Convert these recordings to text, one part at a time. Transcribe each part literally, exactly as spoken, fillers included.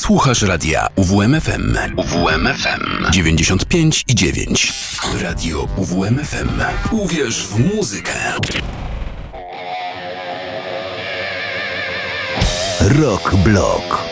Słuchasz radia U W M F M. U W M F M dziewięćdziesiąt pięć i dziewięć. Radio U W M F M. Uwierz w muzykę. Rock Block.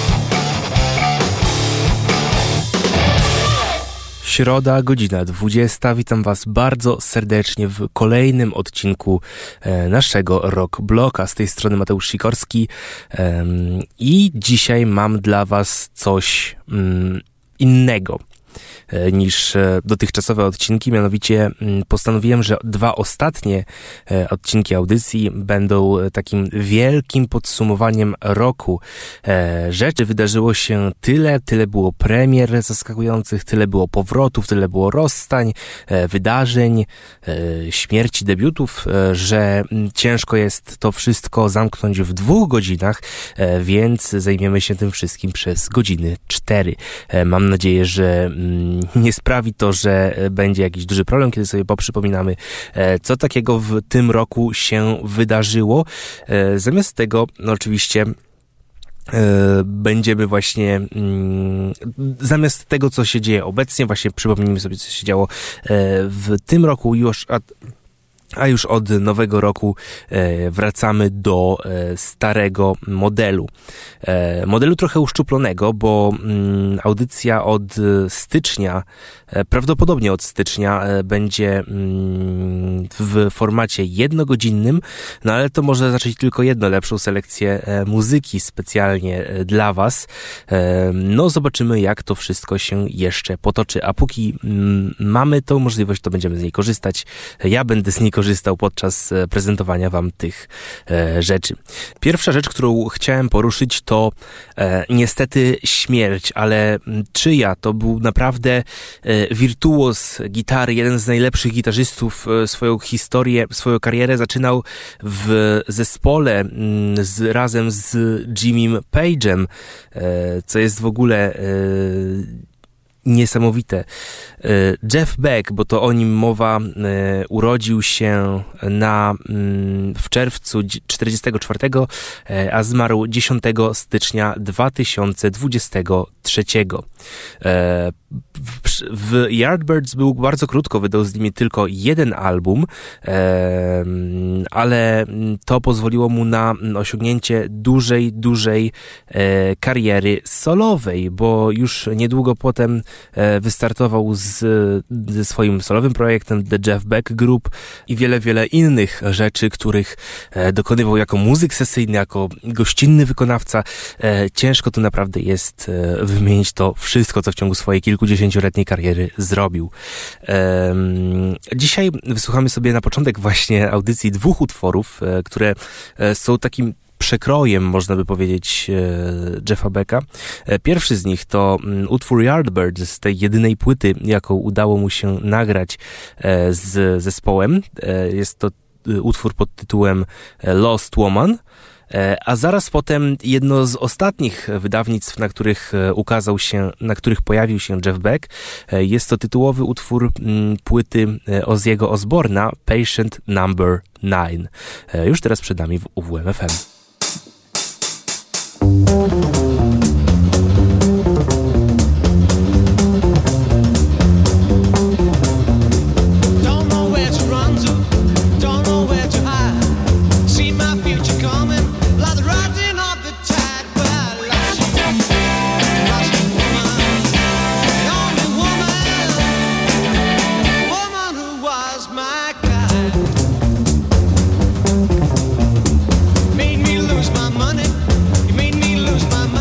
Środa, godzina dwudziesta. Witam Was bardzo serdecznie w kolejnym odcinku e, naszego Rock Blocka. Z tej strony Mateusz Sikorski e, i dzisiaj mam dla Was coś mm, innego niż dotychczasowe odcinki, mianowicie postanowiłem, że dwa ostatnie odcinki audycji będą takim wielkim podsumowaniem roku. Rzeczy wydarzyło się tyle, tyle było premier zaskakujących, tyle było powrotów, tyle było rozstań, wydarzeń, śmierci, debiutów, że ciężko jest to wszystko zamknąć w dwóch godzinach, więc zajmiemy się tym wszystkim przez godziny cztery. Mam nadzieję, że nie sprawi to, że będzie jakiś duży problem, kiedy sobie poprzypominamy, co takiego w tym roku się wydarzyło. Zamiast tego, no oczywiście, będziemy właśnie zamiast tego, co się dzieje obecnie, właśnie przypomnijmy sobie, co się działo w tym roku już, a A już od nowego roku e, wracamy do e, starego modelu. E, modelu trochę uszczuplonego, bo mm, audycja od stycznia, e, prawdopodobnie od stycznia e, będzie mm, w formacie jednogodzinnym, no ale to może znaczyć tylko jedno, lepszą selekcję e, muzyki specjalnie e, dla Was. E, no zobaczymy, jak to wszystko się jeszcze potoczy, a póki mm, mamy tą możliwość, to będziemy z niej korzystać. Ja będę z niej korzystał podczas prezentowania Wam tych e, rzeczy. Pierwsza rzecz, którą chciałem poruszyć, to e, niestety śmierć, ale czyja? To był naprawdę e, wirtuoz gitary, jeden z najlepszych gitarzystów. E, swoją historię, swoją karierę zaczynał w zespole m, z, razem z Jimmym Page'em, e, co jest w ogóle e, niesamowite. Jeff Beck, bo to o nim mowa, urodził się na, w czerwcu czterdziestego czwartego, a zmarł dziesiątego stycznia dwa tysiące dwudziestego trzeciego. W, w Yardbirds był bardzo krótko, wydał z nimi tylko jeden album, ale to pozwoliło mu na osiągnięcie dużej, dużej kariery solowej, bo już niedługo potem wystartował z, ze swoim solowym projektem The Jeff Beck Group i wiele, wiele innych rzeczy, których dokonywał jako muzyk sesyjny, jako gościnny wykonawca. Ciężko tu naprawdę jest wymienić to wszystko, co w ciągu swojej kilkudziesięcioletniej kariery zrobił. Dzisiaj wysłuchamy sobie na początek właśnie audycji dwóch utworów, które są takim przekrojem, można by powiedzieć, Jeffa Becka. Pierwszy z nich to utwór Yardbirds z tej jedynej płyty, jaką udało mu się nagrać z zespołem. Jest to utwór pod tytułem Lost Woman. A zaraz potem jedno z ostatnich wydawnictw, na których ukazał się, na których pojawił się Jeff Beck. Jest to tytułowy utwór płyty Ozzy'ego Osbourne'a, Patient Number nine. Już teraz przed nami w U W M F M. Made me lose my money, you made me lose my mind.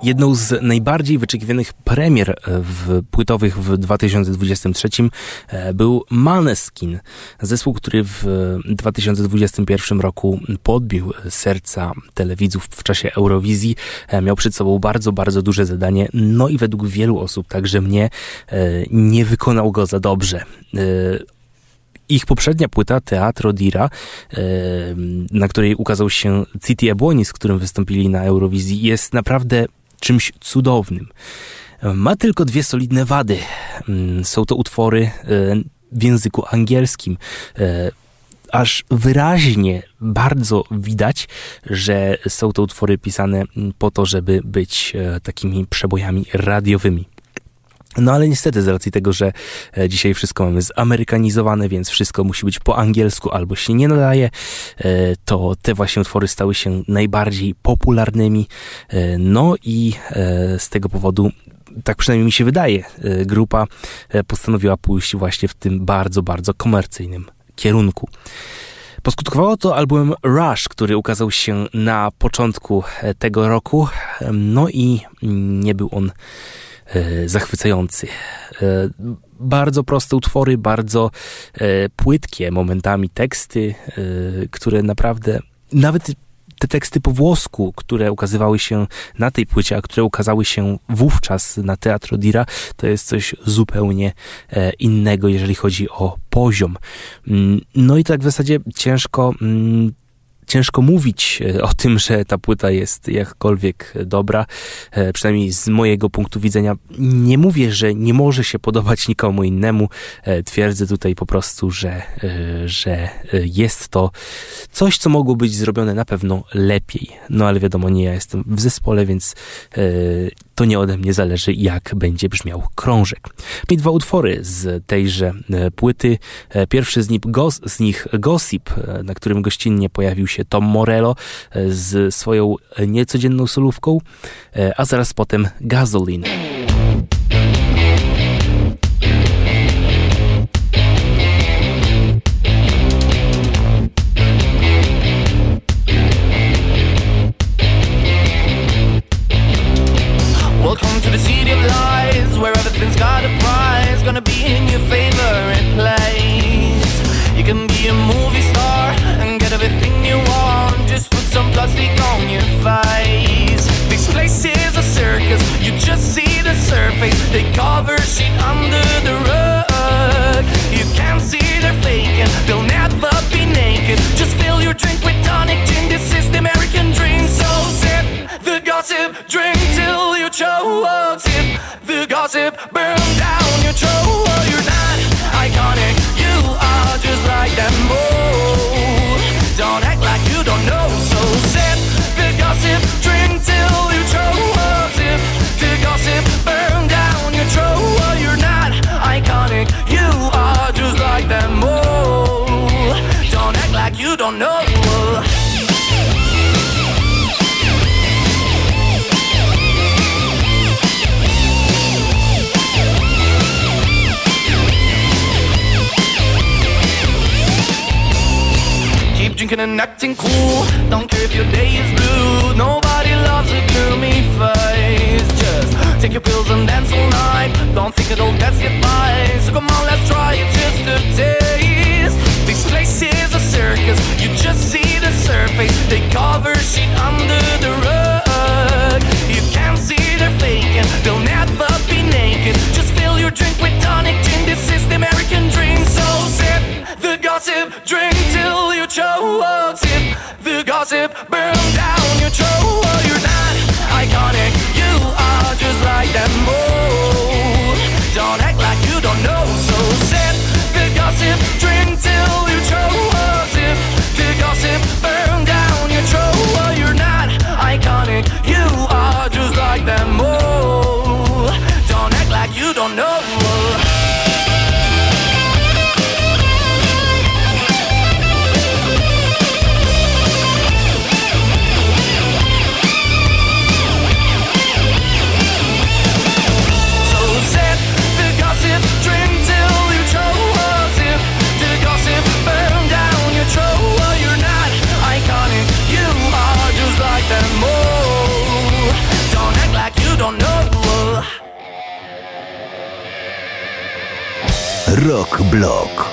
Jedną z najbardziej wyczekiwanych premier w, płytowych w dwa tysiące dwudziestym trzecim był Måneskin, zespół, który w dwa tysiące dwudziestym pierwszym roku podbił serca telewidzów w czasie Eurowizji. Miał przed sobą bardzo, bardzo duże zadanie, no i według wielu osób, także mnie, nie wykonał go za dobrze. Ich poprzednia płyta, Teatro Dira, na której ukazał się Citi e Buoni, z którym wystąpili na Eurowizji, jest naprawdę czymś cudownym. Ma tylko dwie solidne wady. Są to utwory w języku angielskim. Aż wyraźnie bardzo widać, że są to utwory pisane po to, żeby być takimi przebojami radiowymi. No ale niestety z racji tego, że dzisiaj wszystko mamy zamerykanizowane, więc wszystko musi być po angielsku albo się nie nadaje, to te właśnie utwory stały się najbardziej popularnymi. No i z tego powodu, tak przynajmniej mi się wydaje, grupa postanowiła pójść właśnie w tym bardzo, bardzo komercyjnym kierunku. Poskutkowało to albumem Rush, który ukazał się na początku tego roku, no i nie był on zachwycający. Bardzo proste utwory, bardzo płytkie momentami teksty, które naprawdę, nawet te teksty po włosku, które ukazywały się na tej płycie, a które ukazały się wówczas na Teatro Dira, to jest coś zupełnie innego, jeżeli chodzi o poziom. No i tak w zasadzie ciężko Ciężko mówić o tym, że ta płyta jest jakkolwiek dobra, przynajmniej z mojego punktu widzenia. Nie mówię, że nie może się podobać nikomu innemu. Twierdzę tutaj po prostu, że, że jest to coś, co mogło być zrobione na pewno lepiej. No ale wiadomo, nie ja jestem w zespole, więc to nie ode mnie zależy, jak będzie brzmiał krążek. I dwa utwory z tejże płyty. Pierwszy z nich, z nich Gossip, na którym gościnnie pojawił się Tom Morello z swoją niecodzienną solówką, a zaraz potem Gasoline. Welcome to the city of lies, where everything's got a prize, gonna be in your favorite place. You can be a movie star and get everything you want, just put some plastic on your face. This place is a circus, you just see the surface, they cover shit under the rug. You can't see they're faking, they'll never be naked, just fill your drink with tonic gin, this is the American dream. So sip the gossip, drink till you choke, sip the gossip, burn down your throat. You're not iconic, you are just like them both. Don't act like you don't know, so sip the gossip, drink till you choke, sip the gossip, burn down your throat. You're not iconic, you are just like them both. Don't act like you don't know. Drinking and acting cool, don't care if your day is blue. Nobody loves a gloomy face. Just take your pills and dance all night. Don't think it'll dance get by. So come on, let's try it just a taste. This place is a circus, you just see the surface. They cover shit under the rug. You can't see they're faking, they'll never be naked. Just fill your drink with tonic gin, this is the American dream. So sip the gossip, drink till you choke, sip the gossip, burn down your throat. You're not iconic, you are just like them both. Don't act like you don't know, so sip the gossip, drink till you choke, sip the gossip, burn down your throat. You're not iconic, you are just like them both. Don't act like you don't know. Rock Block.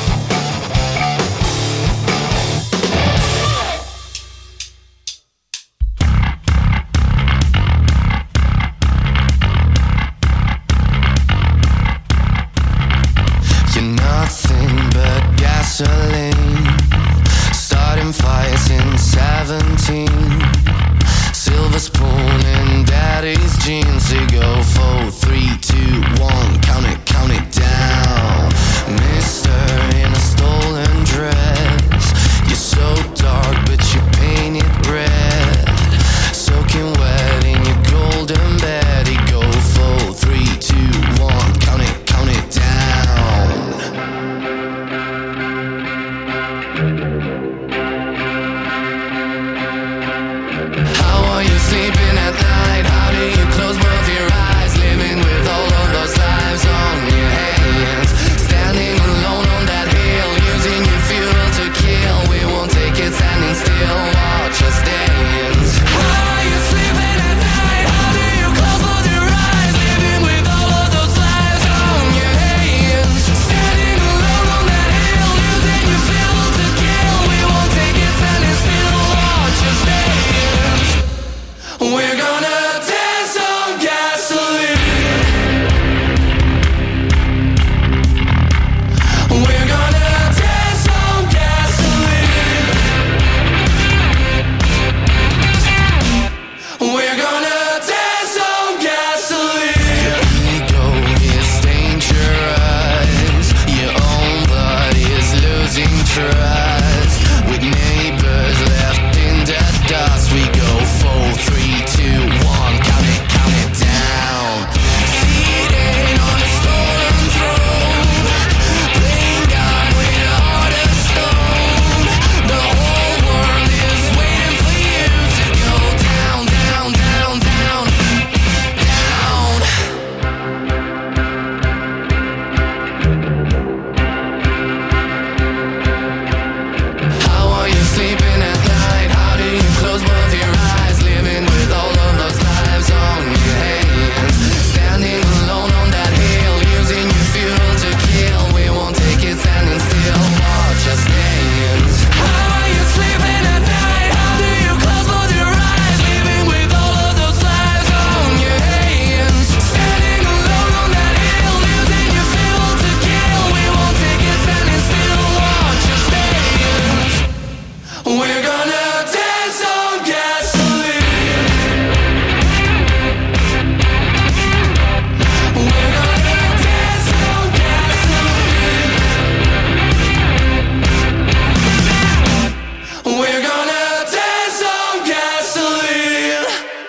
Gasoline, starting fires in seventeen. Silver spoon in daddy's jeans. They go four, three, two, one. Count it, count it down. Mister in a stolen dress. You're so dark, but you paint it red. Soaking wet in your golden bed. They go four, three, two, one. Count it, count it down. Sleeping at night, how do you close both your eyes? Living with all of those lives on your hands. Standing alone on that hill, using your fuel to kill. We won't take it standing still, watch us dance. How are you sleeping at night? How do you close both your eyes? Living with all of those lives on your hands. Standing alone on that hill, using your fuel to kill. We won't take it standing still, watch us dance. We're gonna dance on gasoline. We're gonna dance on gasoline. We're gonna dance on gasoline. Your ego is dangerous. Your own blood is losing trust. With neighbors left in the dust, we go four, three, two, one. Count it, count it down. Seated on a stolen throne, playing God with a heart of stone. The whole world is waiting for you to go down, down, down, down, down. How are you sleeping at night? How do you close both your eyes? Living with all of those lives on your hands. Standing alone on that hill, using your fuel to kill. We won't take it standing still, watch us dance. How are you sleeping at night? How do you close both your eyes? Living with all of those lives on your hands. Standing alone on that hill, using your fuel to kill. We won't take it standing still, watch us dance. We're gonna dance on gasoline. We're gonna dance on gasoline. We're gonna dance on gasoline.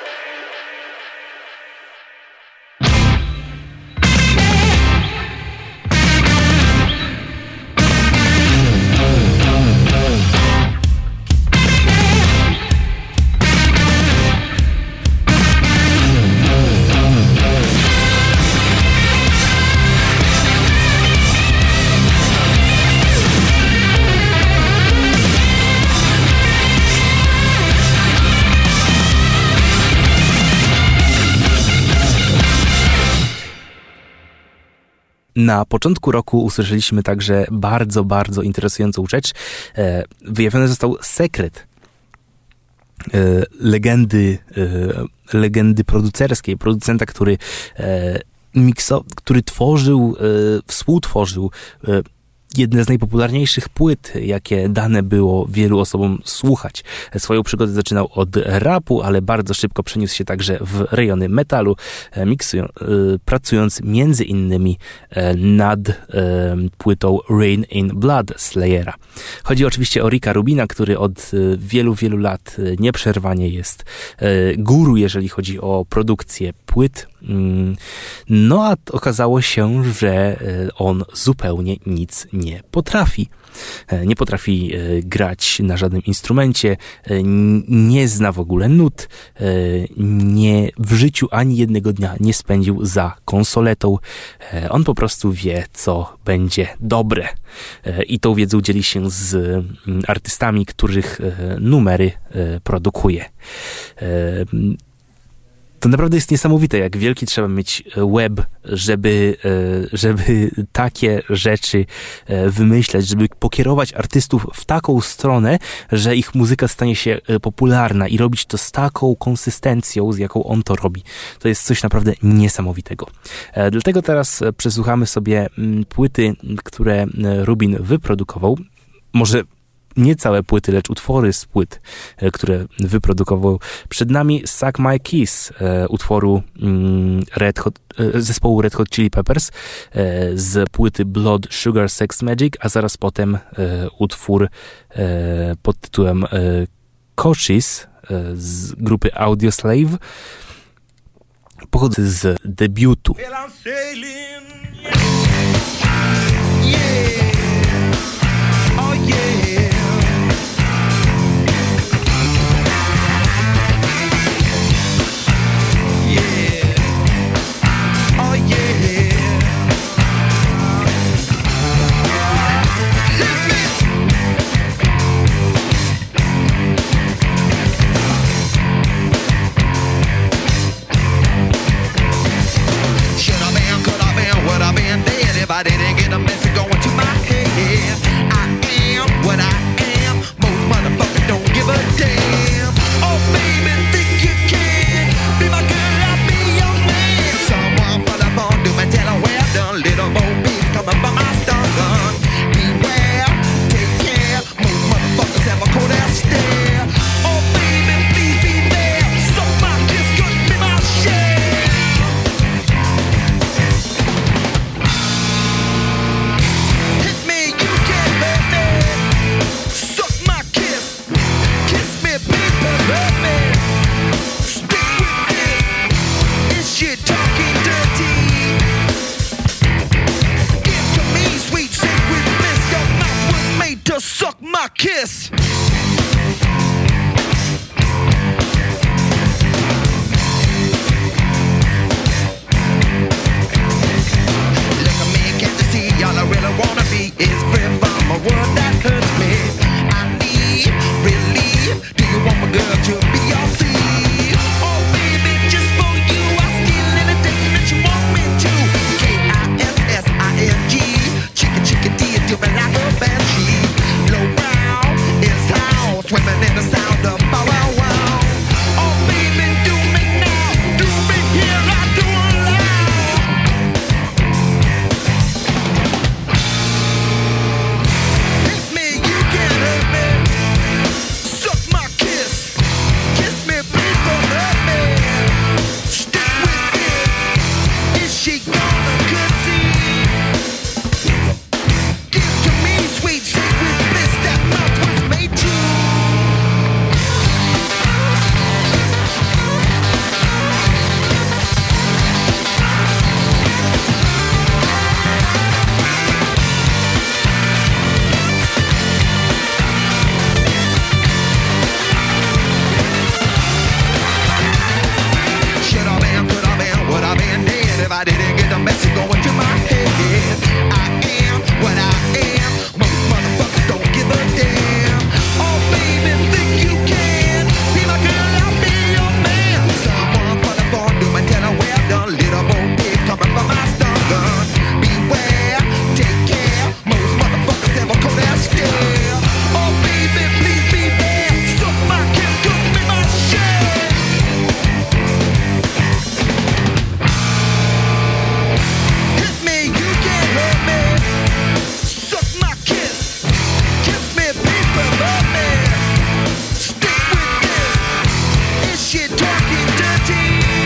Na początku roku usłyszeliśmy także bardzo, bardzo interesującą rzecz. E, wyjawiony został sekret e, legendy, e, legendy producerskiej, producenta, który e, mikso, który tworzył, e, współtworzył e, jedne z najpopularniejszych płyt, jakie dane było wielu osobom słuchać. Swoją przygodę zaczynał od rapu, ale bardzo szybko przeniósł się także w rejony metalu, miksują, pracując między innymi nad płytą Rain in Blood Slayera. Chodzi oczywiście o Ricka Rubina, który od wielu, wielu lat nieprzerwanie jest guru, jeżeli chodzi o produkcję płyt. No a okazało się, że on zupełnie nic nie potrafi. Nie potrafi grać na żadnym instrumencie, nie zna w ogóle nut, nie, w życiu ani jednego dnia nie spędził za konsoletą. On po prostu wie, co będzie dobre. I tą wiedzą dzieli się z artystami, których numery produkuje. To naprawdę jest niesamowite, jak wielki trzeba mieć web, żeby, żeby takie rzeczy wymyśleć, żeby pokierować artystów w taką stronę, że ich muzyka stanie się popularna i robić to z taką konsystencją, z jaką on to robi. To jest coś naprawdę niesamowitego. Dlatego teraz przesłuchamy sobie płyty, które Rubin wyprodukował. Może nie całe płyty, lecz utwory z płyt, które wyprodukował. Przed nami Suck My Kiss, utworu Red Hot, zespołu Red Hot Chili Peppers z płyty Blood, Sugar, Sex, Magic, a zaraz potem utwór pod tytułem Cochise z grupy Audioslave, pochodzi z debiutu. I didn't get a message going to my head. I am what I am. Most motherfuckers don't give a damn. Oh baby, think you can be my girl, I'll be your man. Someone for the phone, do my tell her well done. Little more beef coming from my stun gun. Beware, take care. Most motherfuckers have a cold ass stare. Oh baby, please be there. So my kiss could be my share. Suck my kiss. Look at me, can't you see? All I really wanna be is free from a world that hurts me. I need relief. Do you want my girl to be your thief? Oh baby, just for you, I'll steal anything that you want me to. K I S S I N G. Chicken, chicken, D, do me like a banshee. Low brown is how swimming in the sound of bow wow wow. Oh baby, do me now, do me here, I do it loud. Hit me, you can't hurt me. Suck my kiss, kiss me, people hurt me. Stick with it, is she gonna concede? Give to me, sweet sacred bliss, that mouth was made true. Should I been, could I been, would I been dead if I didn't get the message going to my head? I am what I am. Most motherfuckers don't give a damn. Oh baby, think you can be my girl, I'll be your man. Someone for the phone, do my tell her well done. Little more big coming from my stun gun. Beware, take care. Most motherfuckers have a cold ass stare. Oh baby, please be there. Suck my kiss, could be my share. Hit me, you can't hurt me. Suck my kiss, kiss me, people love me. Stick with this, is she talking dirty?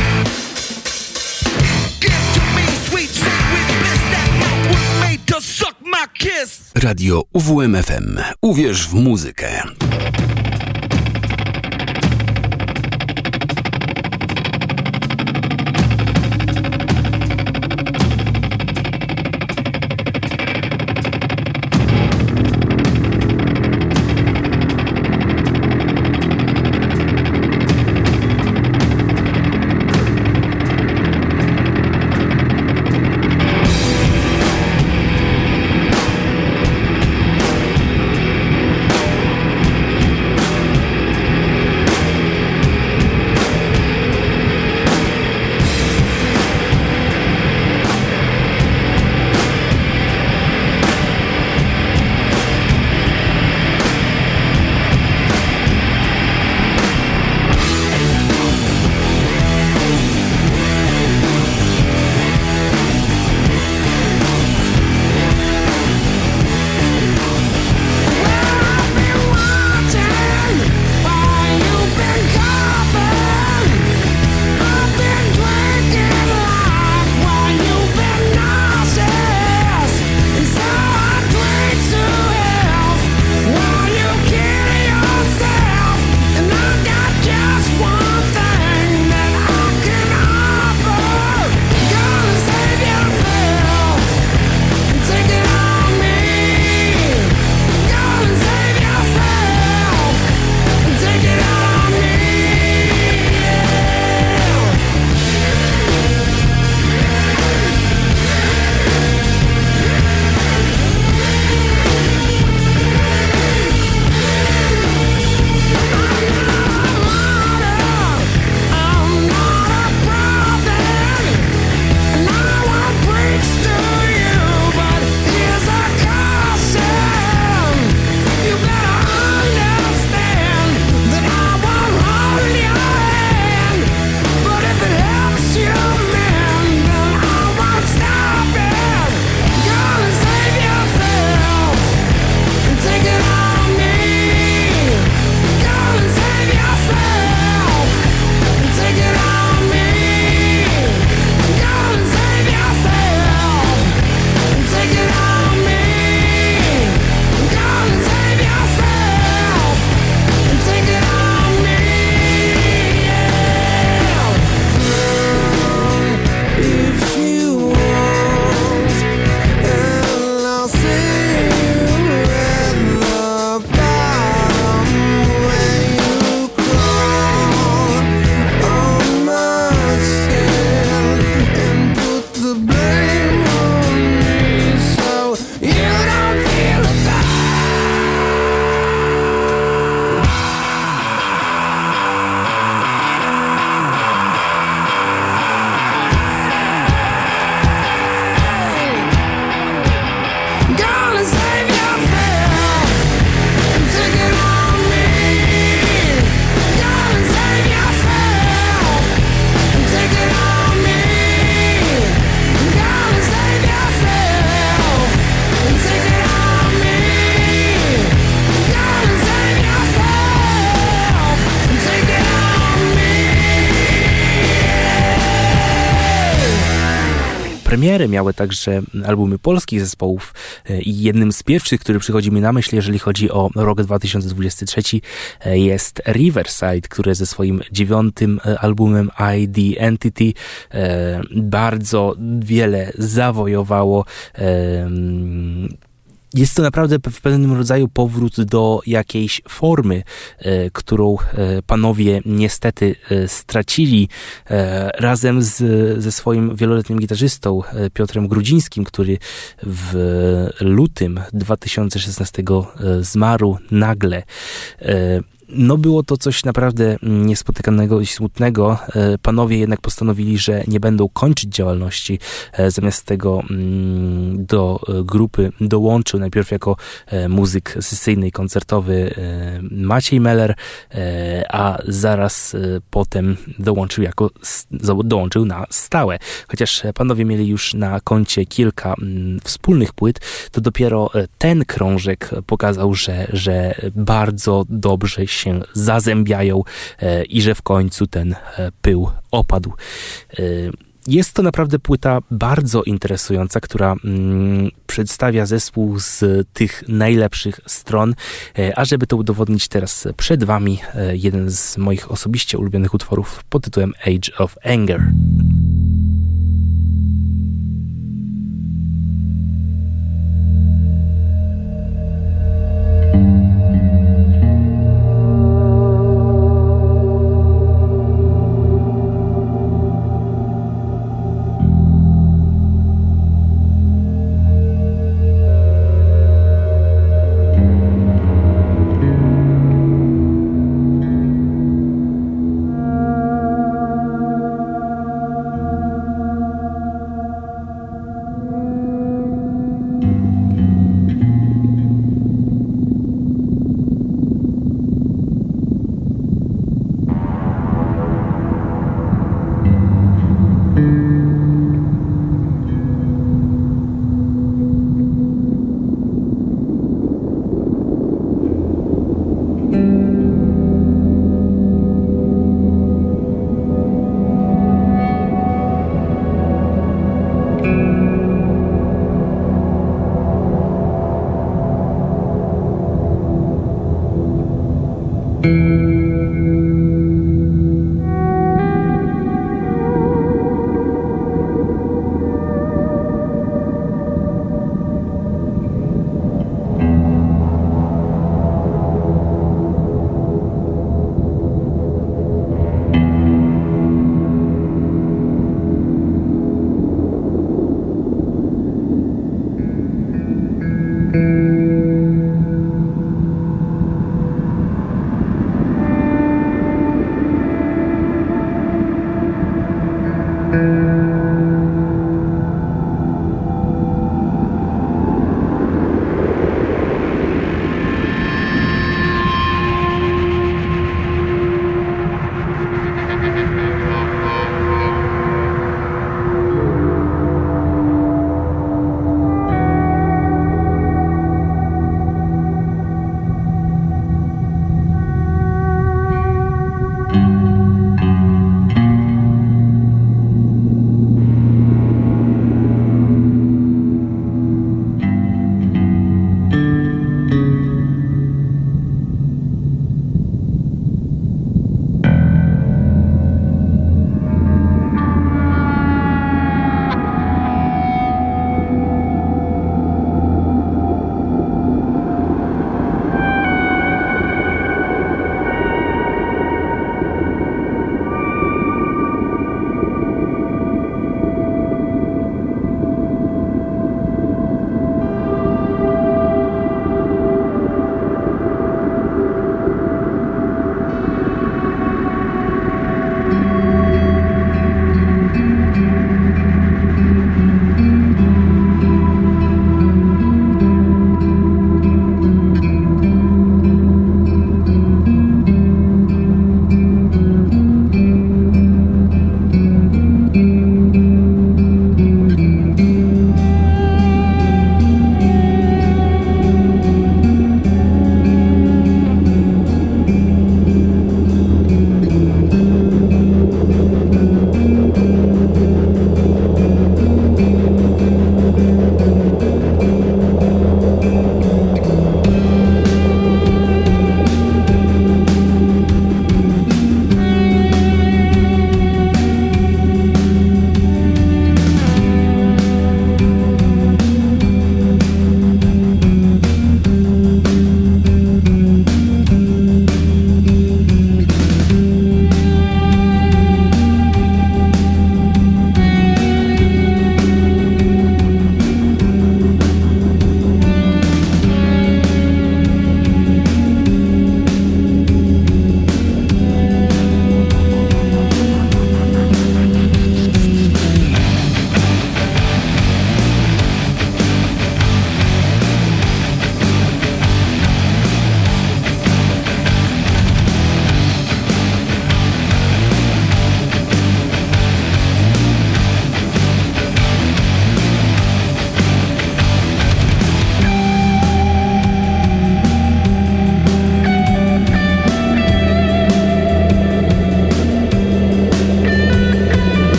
Give to me, sweet sacred bliss, that mouth was made to suck my kiss. Radio U W M F M. Uwierz w muzykę. premierę miały także albumy polskich zespołów i jednym z pierwszych, który przychodzi mi na myśl, jeżeli chodzi o rok dwa tysiące dwudziesty trzeci, jest Riverside, które ze swoim dziewiątym albumem I D Entity bardzo wiele zawojowało. Jest to naprawdę w pewnym rodzaju powrót do jakiejś formy, e, którą e, panowie niestety e, stracili e, razem z, ze swoim wieloletnim gitarzystą e, Piotrem Grudzińskim, który w lutym dwa tysiące szesnastego e, zmarł nagle. E, No było to coś naprawdę niespotykanego i smutnego. Panowie jednak postanowili, że nie będą kończyć działalności. Zamiast tego do grupy dołączył najpierw jako muzyk sesyjny i koncertowy Maciej Meller, a zaraz potem dołączył jako dołączył na stałe. Chociaż panowie mieli już na koncie kilka wspólnych płyt, to dopiero ten krążek pokazał, że, że bardzo dobrze się zazębiają e, i że w końcu ten e, pył opadł. E, jest to naprawdę płyta bardzo interesująca, która mm, przedstawia zespół z tych najlepszych stron, e, a żeby to udowodnić, teraz przed wami e, jeden z moich osobiście ulubionych utworów pod tytułem Age of Anger.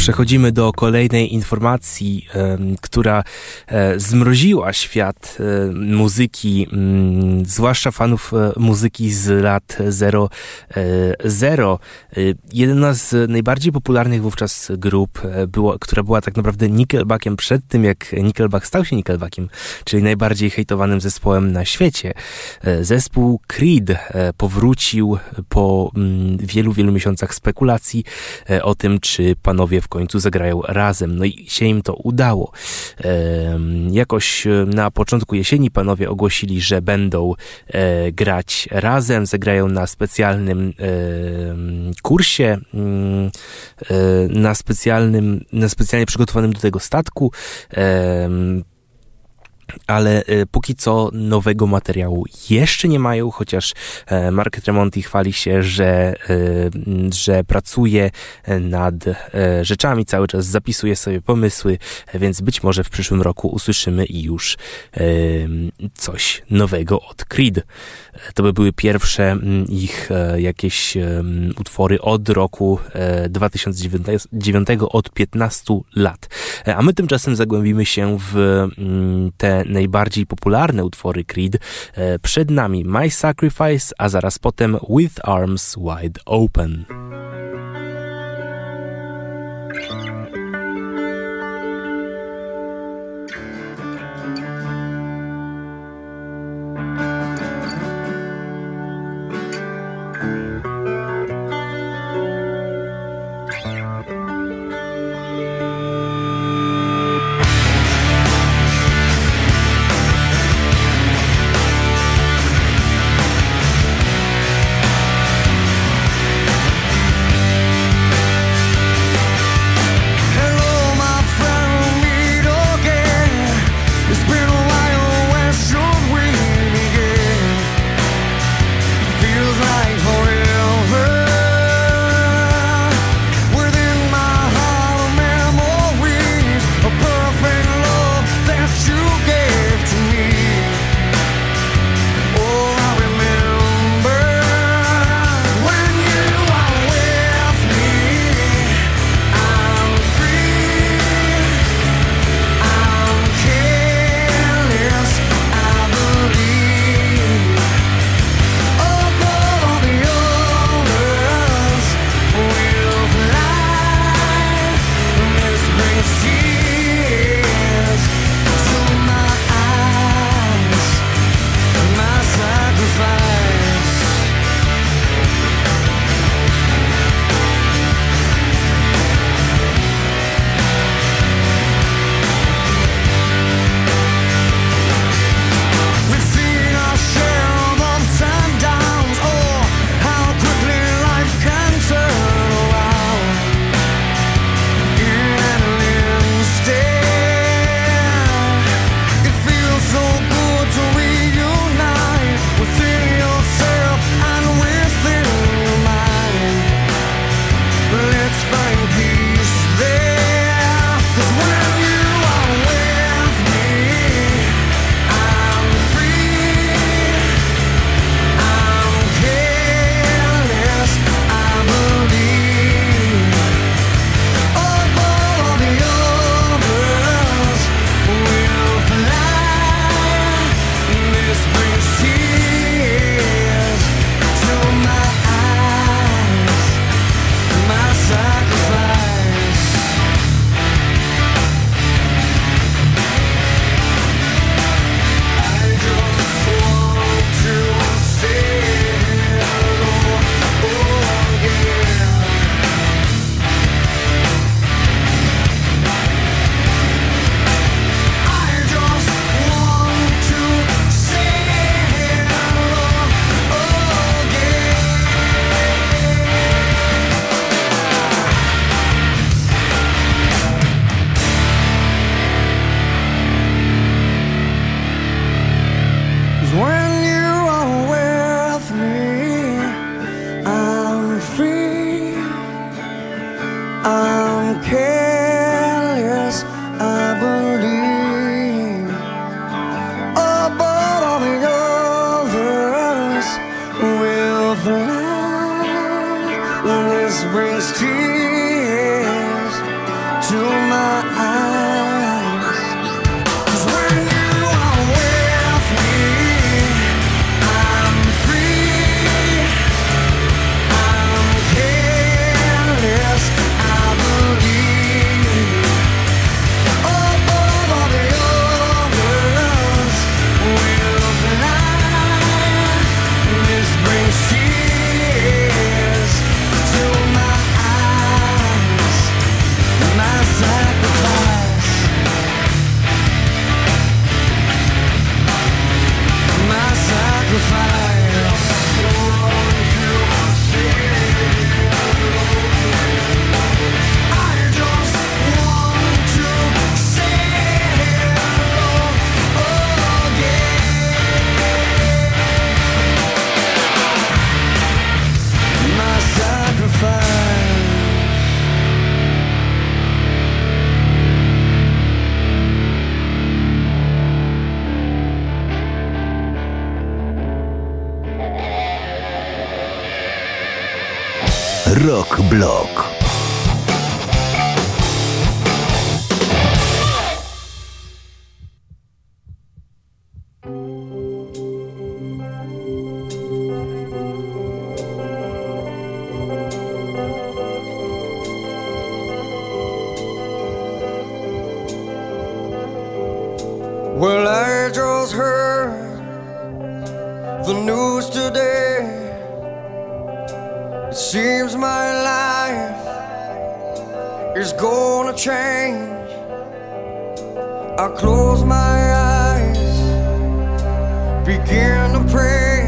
Przechodzimy do kolejnej informacji, e, która e, zmroziła świat e, muzyki, m, zwłaszcza fanów e, muzyki z lat zero zero. E, jedna z najbardziej popularnych wówczas grup, e, było, która była tak naprawdę Nickelbackiem przed tym, jak Nickelback stał się Nickelbackiem, czyli najbardziej hejtowanym zespołem na świecie. E, zespół Creed e, powrócił po m, wielu, wielu miesiącach spekulacji e, o tym, czy panowie w końcu zagrają razem. No i się im to udało. E, jakoś na początku jesieni panowie ogłosili, że będą e, grać razem, zagrają na specjalnym e, kursie, e, na specjalnym, na specjalnie przygotowanym do tego statku. E, ale e, póki co nowego materiału jeszcze nie mają, chociaż e, Mark Tremonti chwali się, że, e, że pracuje nad e, rzeczami, cały czas zapisuje sobie pomysły, więc być może w przyszłym roku usłyszymy już e, coś nowego od Creed. To by były pierwsze m, ich e, jakieś e, utwory od roku e, dwa tysiące dziewiątego, od piętnastu lat. E, a my tymczasem zagłębimy się w m, te najbardziej popularne utwory Creed. E, przed nami My Sacrifice, a zaraz potem With Arms Wide Open. brings tears Rock Block. Well, I just heard the news today. It seems my life is gonna change. I close my eyes, begin to pray,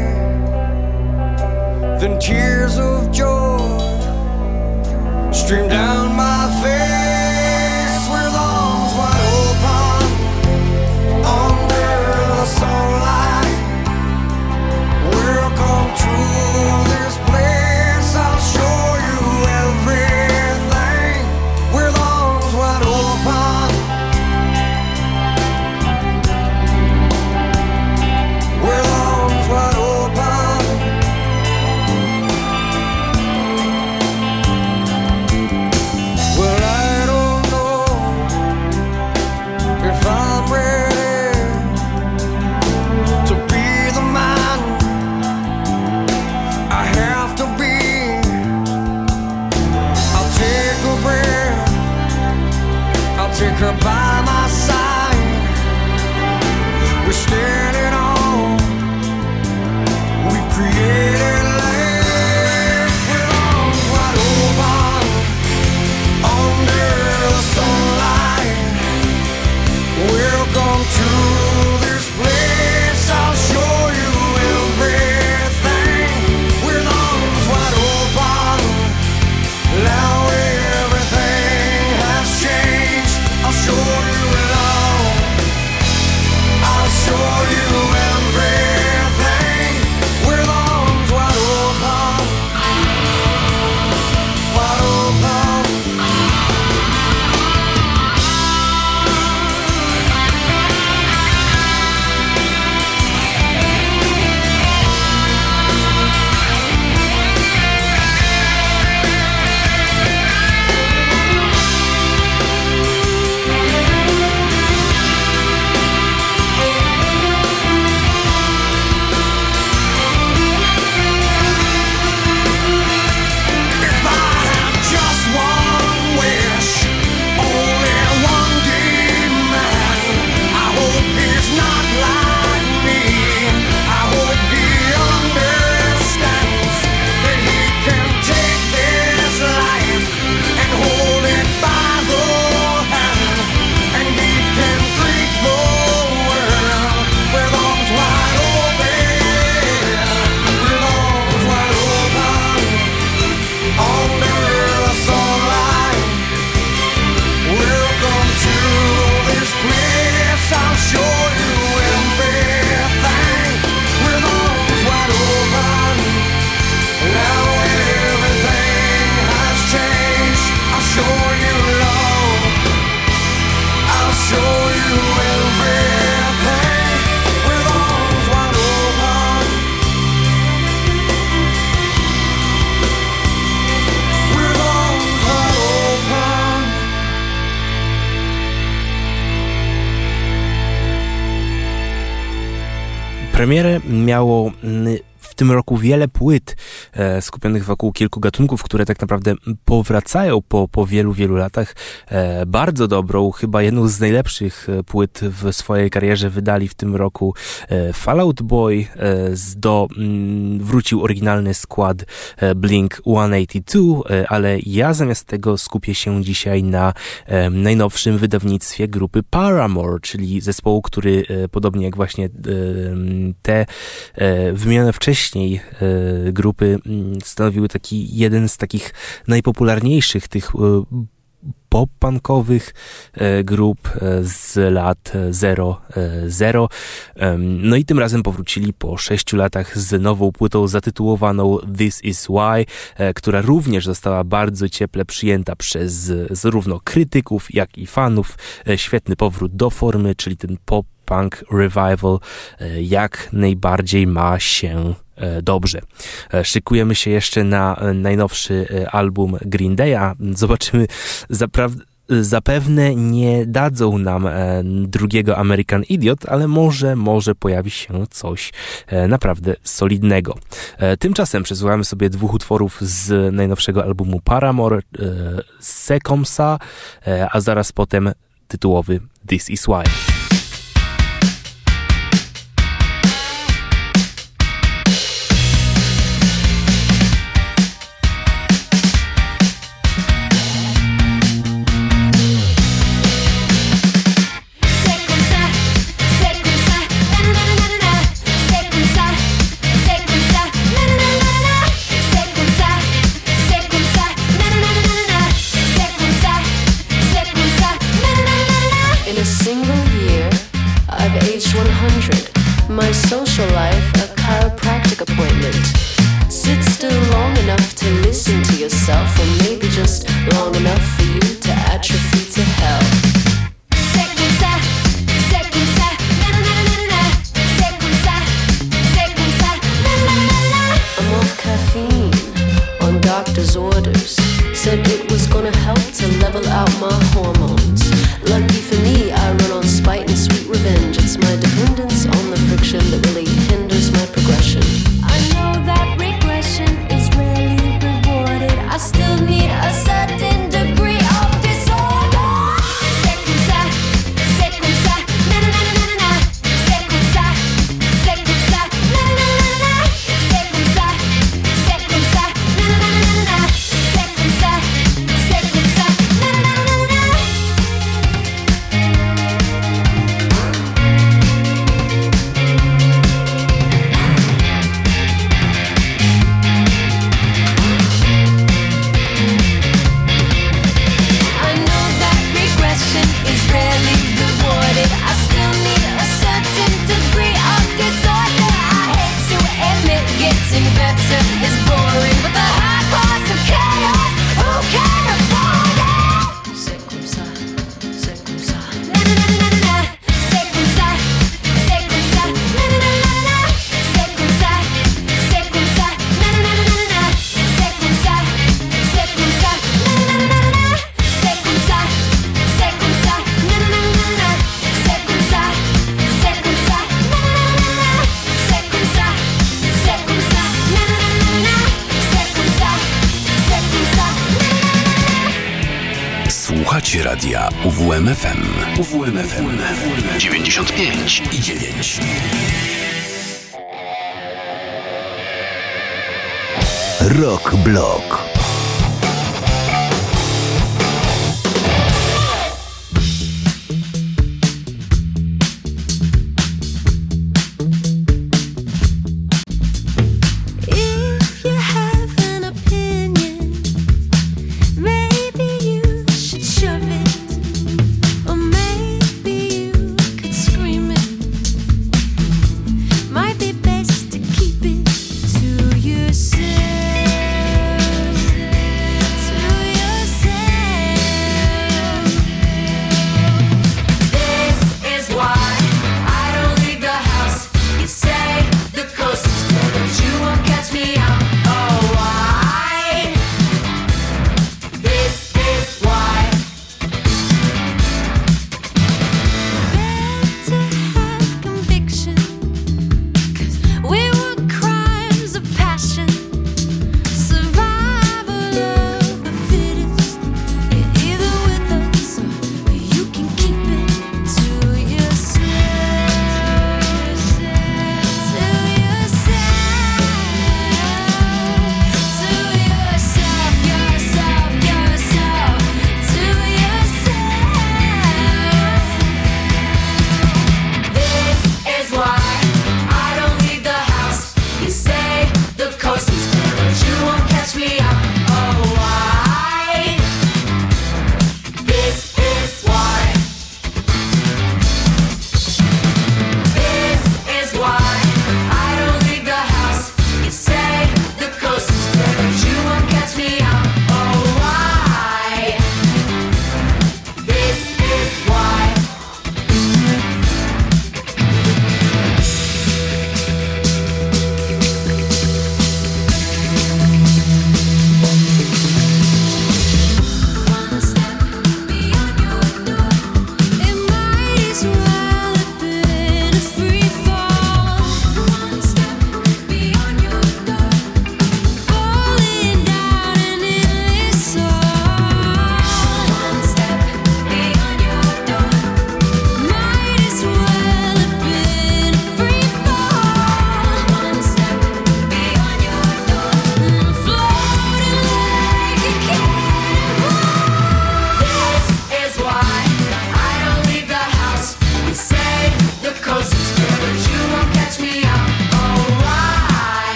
then tears of joy stream down my face with arms wide open under the sunlight. Welcome to this place, I'll show you everything with arms wide open. With arms wide open. Well, I don't know if I'm ready to be the man I have to be. I'll take a breath, I'll take her by my side. We're standing on, we created life with arms wide open under the sunlight. Welcome to this place, I'll show you everything with arms wide open. Now everything has changed, I'll show you love. I'll show you everything with arms wide open. Wide open. If I had just one wish, only one demand, I hope he's not like me. I hope he understands that he can take this life and hold it by the hand, and he can greet the world with arms wide open, with arms wide open. Under the sunlight, welcome to this place, I'll show you everything with arms wide open. Now everything has changed, I'll show you love. I'll show you everything with arms wide open. With arms wide open. Premierę miało mm, w tym roku wiele płyt e, skupionych wokół kilku gatunków, które tak naprawdę powracają po, po wielu, wielu latach. E, bardzo dobrą, chyba jedną z najlepszych e, płyt w swojej karierze wydali w tym roku e, Fall Out Boy. E, z, do, mm, wrócił oryginalny skład e, Blink sto osiemdziesiąt dwa, e, ale ja zamiast tego skupię się dzisiaj na e, najnowszym wydawnictwie grupy Paramore, czyli zespołu, który e, podobnie jak właśnie e, te e, wymienione wcześniej e, grupy m, stanowiły taki jeden z takich najpopularniejszych tych e, pop-punkowych e, grup e, z lat zero zero. E, no i tym razem powrócili po sześciu latach z nową płytą zatytułowaną This Is Why, e, która również została bardzo cieple przyjęta przez zarówno krytyków, jak i fanów. E, świetny powrót do formy, czyli ten pop punk revival e, jak najbardziej ma się dobrze. Szykujemy się jeszcze na najnowszy album Green Day'a. Zobaczymy, zapra- zapewne nie dadzą nam drugiego American Idiot, ale może, może pojawi się coś naprawdę solidnego. Tymczasem przesłuchamy sobie dwóch utworów z najnowszego albumu Paramore, Sekomsa, a zaraz potem tytułowy This Is Why. My social life, a chiropractic appointment. Sit still long enough to listen to yourself, or maybe just long enough for you to atrophy to hell. I'm off caffeine on doctor's orders. Said it was gonna help to level out my hormones. Lucky for me, I run on spite and sweet revenge. It's my dependence on the friction that really hinders my progression. I know that regression is rarely rewarded. I still need a certain degree of disorder. C'est comme ça, c'est comme ça, na na na na na na. C'est comme ça, c'est comme ça, na na na na na. C'est comme ça, c'est comme ça, na na na na na. C'est comme ça, c'est comme ça, na na na na na. Słuchacie radia U W M F M. U W M F M dziewięćdziesiąt pięć i dziewięć. Rock Block. Might be best to keep it to yourself.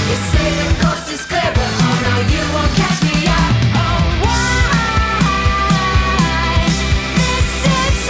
You say the coast is clear, but oh no, you won't catch me out. Oh, why? This is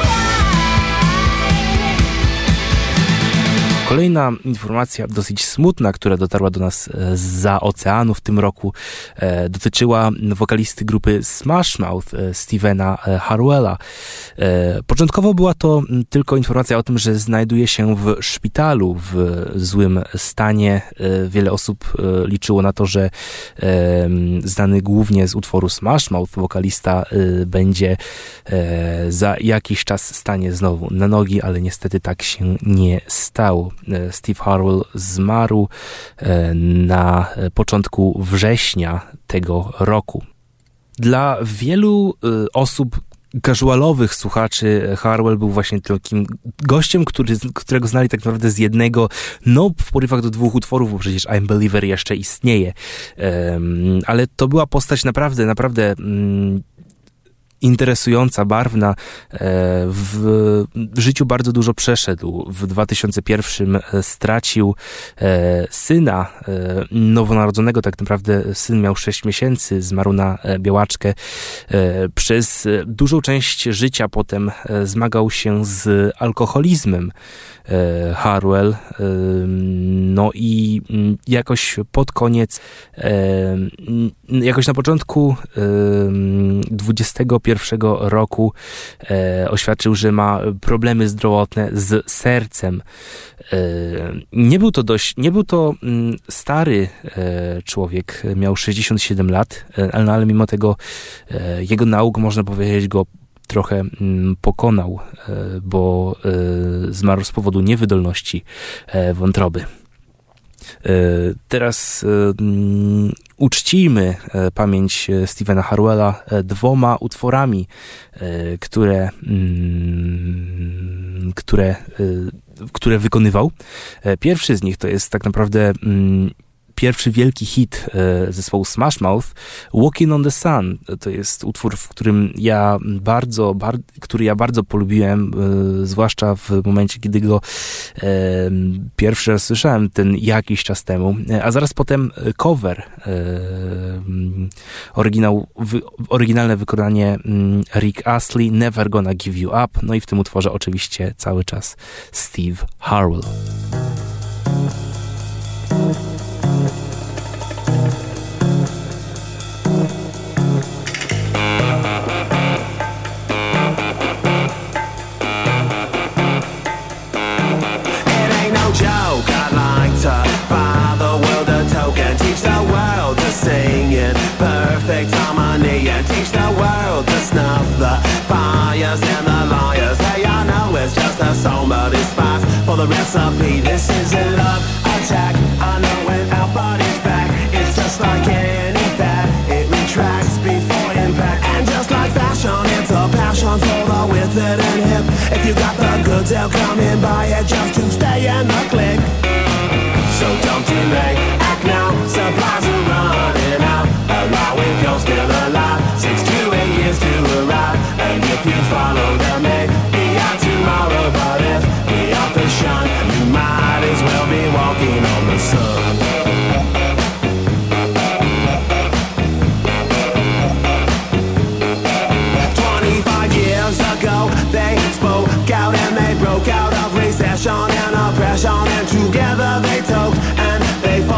why. Kolejna informacja dosyć smutna, która dotarła do nas zza oceanu w tym roku, e, dotyczyła wokalisty grupy Smash Mouth, e, Stevena Harwella. E, początkowo była to tylko informacja o tym, że znajduje się w szpitalu w złym stanie. E, wiele osób e, liczyło na to, że e, znany głównie z utworu Smash Mouth wokalista e, będzie e, za jakiś czas stanie znowu na nogi, ale niestety tak się nie stało. Steve Harwell zmarł na początku września tego roku. Dla wielu osób casualowych słuchaczy Harwell był właśnie takim gościem, który, którego znali tak naprawdę z jednego, no w porywach do dwóch utworów, bo przecież I'm Believer jeszcze istnieje. Um, ale to była postać naprawdę, naprawdę um, interesująca, barwna. W życiu bardzo dużo przeszedł. W dwa tysiące pierwszym stracił syna nowonarodzonego, tak naprawdę syn miał sześć miesięcy, zmarł na białaczkę. Przez dużą część życia potem zmagał się z alkoholizmem Harwell. No i jakoś pod koniec, jakoś na początku dwudziestego pierwszego roku oświadczył, że ma problemy zdrowotne z sercem. Nie był to dość, nie był to stary człowiek, miał sześćdziesiąt siedem lat, ale, ale mimo tego jego nauk, można powiedzieć, go trochę pokonał, bo zmarł z powodu niewydolności wątroby. Teraz uczcijmy pamięć Stevena Harwella dwoma utworami, które, które, które wykonywał. Pierwszy z nich to jest tak naprawdę pierwszy wielki hit e, zespołu Smash Mouth, Walking on the Sun. To jest utwór, w którym ja bardzo, bar, który ja bardzo polubiłem, e, zwłaszcza w momencie, kiedy go e, pierwszy raz słyszałem, ten jakiś czas temu. E, a zaraz potem cover, e, oryginał, wy, oryginalne wykonanie Rick Astley, Never Gonna Give You Up. No i w tym utworze oczywiście cały czas Steve Harwell. Sing in perfect harmony and teach the world to snuff the fires and the liars. Hey, I know it's just a song, but it's fast for the recipe. This is a love attack. I know when our body's back, it's just like any fad. It retracts before impact, and just like fashion, it's a passion for the withered and hip. If you got the goods, they'll come and buy it just to stay in the clique. So don't delay, act now, supplies are running out. Allow if you're still alive, six to eight years to arrive. And if you follow them, maybe out tomorrow. But if the authors shine, you might as well be walking on the sun. Twenty-five years ago, they spoke out and they broke out of recession and oppression, and together they took and they fought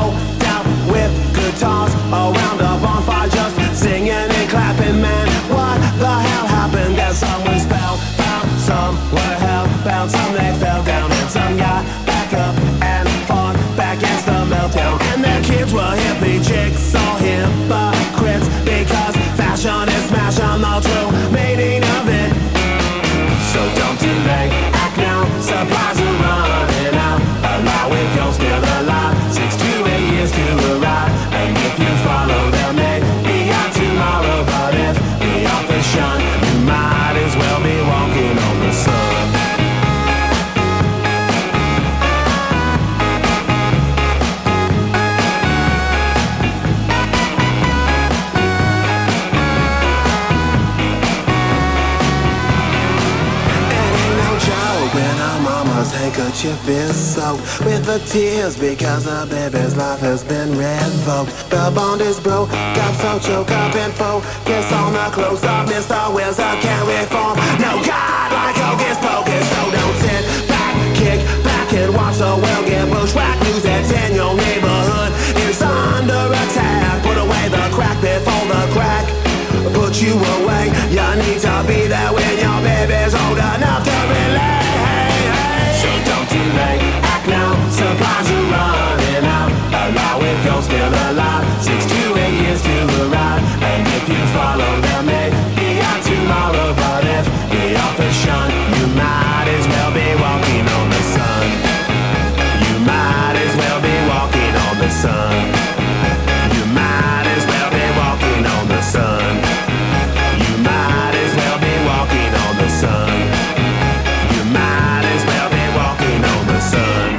watch your fist soaked with the tears because the baby's life has been revoked. The bond is broke, got so choked up and focus on the close up. Mister Wizard can't reform. No God like Hocus Pocus, so don't sit back, kick back and watch the world get bushwhacked. News that's in your neighborhood is under attack. Put away the crack before the crack put you away. You need to be there when your baby's old enough to relate. So don't delay, act now, supplies are running out. Allow if you're still alive, six to eight years to arrive. And if you follow them, maybe out tomorrow. But if the author's shunned, you might as well be walking on the sun. You might as well be walking on the sun. You might as well be walking on the sun. You might as well be walking on the sun. You might as well be walking on the sun.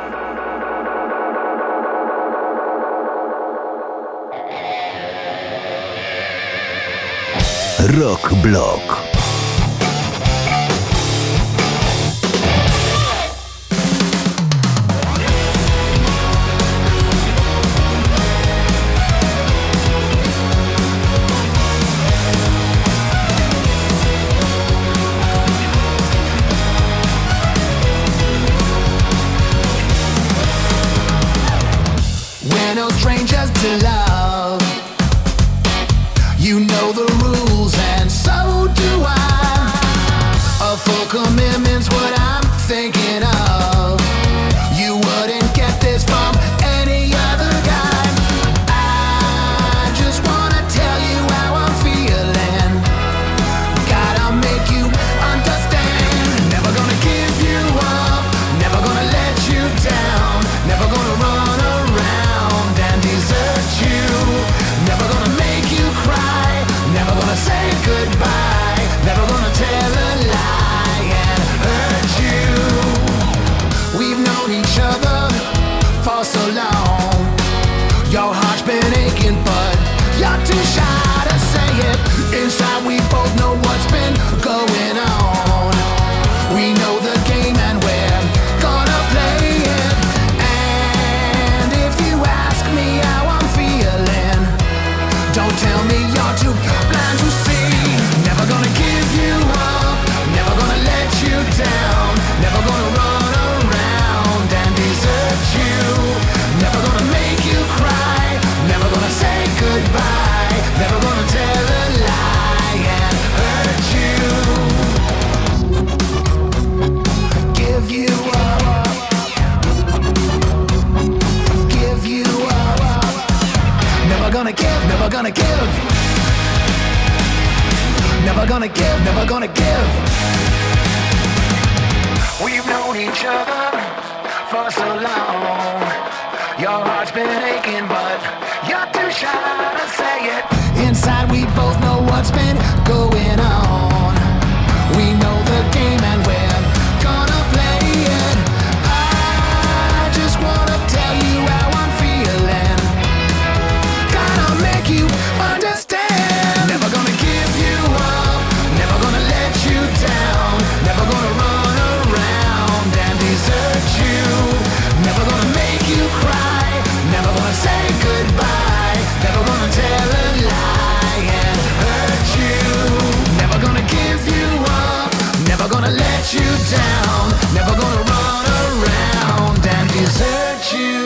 Rock Block. We're no strangers to love. You know the rules and so do I. A full commitment's what I'm thinking of. You wouldn't get this from any other guy. I just wanna tell you how I'm feeling. Gotta make you understand. Never gonna give you up, never gonna let you down, never gonna run around and desert you, never gonna make you cry, never gonna say goodbye, never gonna tell a lie and hurt you. We've known each other for so long. Your heart's been aching but you're too shy to say it. Inside we both know what's been going on. We know the game and we're gonna play it. And if you ask me how I'm feeling, don't tell me you're too blind to see. Never gonna give you up, never gonna let you down, never gonna run around and desert you, never gonna make you cry, never gonna say goodbye, never gonna tell a lie and hurt you. Give you up, give you up, never gonna give, never gonna give, never gonna give, never gonna give. We've known each other for so long. Your heart's been aching but you're too shy to say it. Inside we both know what's been going on. We know the game and we're gonna play it. I just wanna tell you how I'm feeling. Gotta make you understand. Never gonna give you up, never gonna let you down, never gonna run around and desert you, never gonna make you cry, never gonna say goodbye, never gonna tell a lie and hurt you. Never gonna give you up, never gonna let you down, never gonna run around and desert you.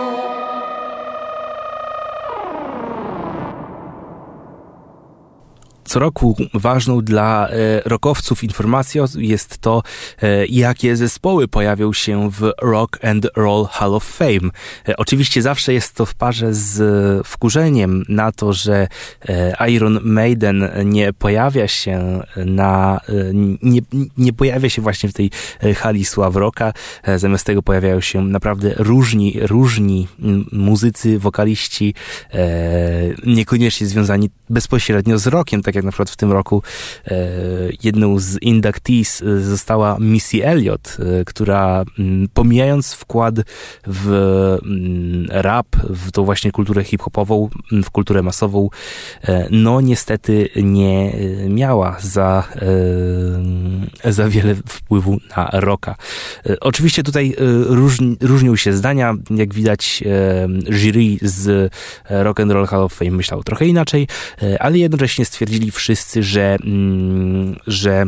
Co roku ważną dla e, rockowców informacją jest to, e, jakie zespoły pojawią się w Rock and Roll Hall of Fame. E, oczywiście zawsze jest to w parze z e, wkurzeniem na to, że e, Iron Maiden nie pojawia się na e, nie, nie pojawia się właśnie w tej e, hali sław rocka. E, zamiast tego pojawiają się naprawdę różni, różni m, muzycy, wokaliści, e, niekoniecznie związani bezpośrednio z rockiem, tak jak jak na przykład w tym roku e, jedną z inductees została Missy Elliott, e, która m, pomijając wkład w m, rap, w tą właśnie kulturę hip-hopową, w kulturę masową, e, no niestety nie miała za, e, za wiele wpływu na rocka. E, oczywiście tutaj e, różni, różnią się zdania, jak widać e, jury z Rock and Roll Hall of Fame myślał trochę inaczej, e, ale jednocześnie stwierdzili wszyscy, że, mm, że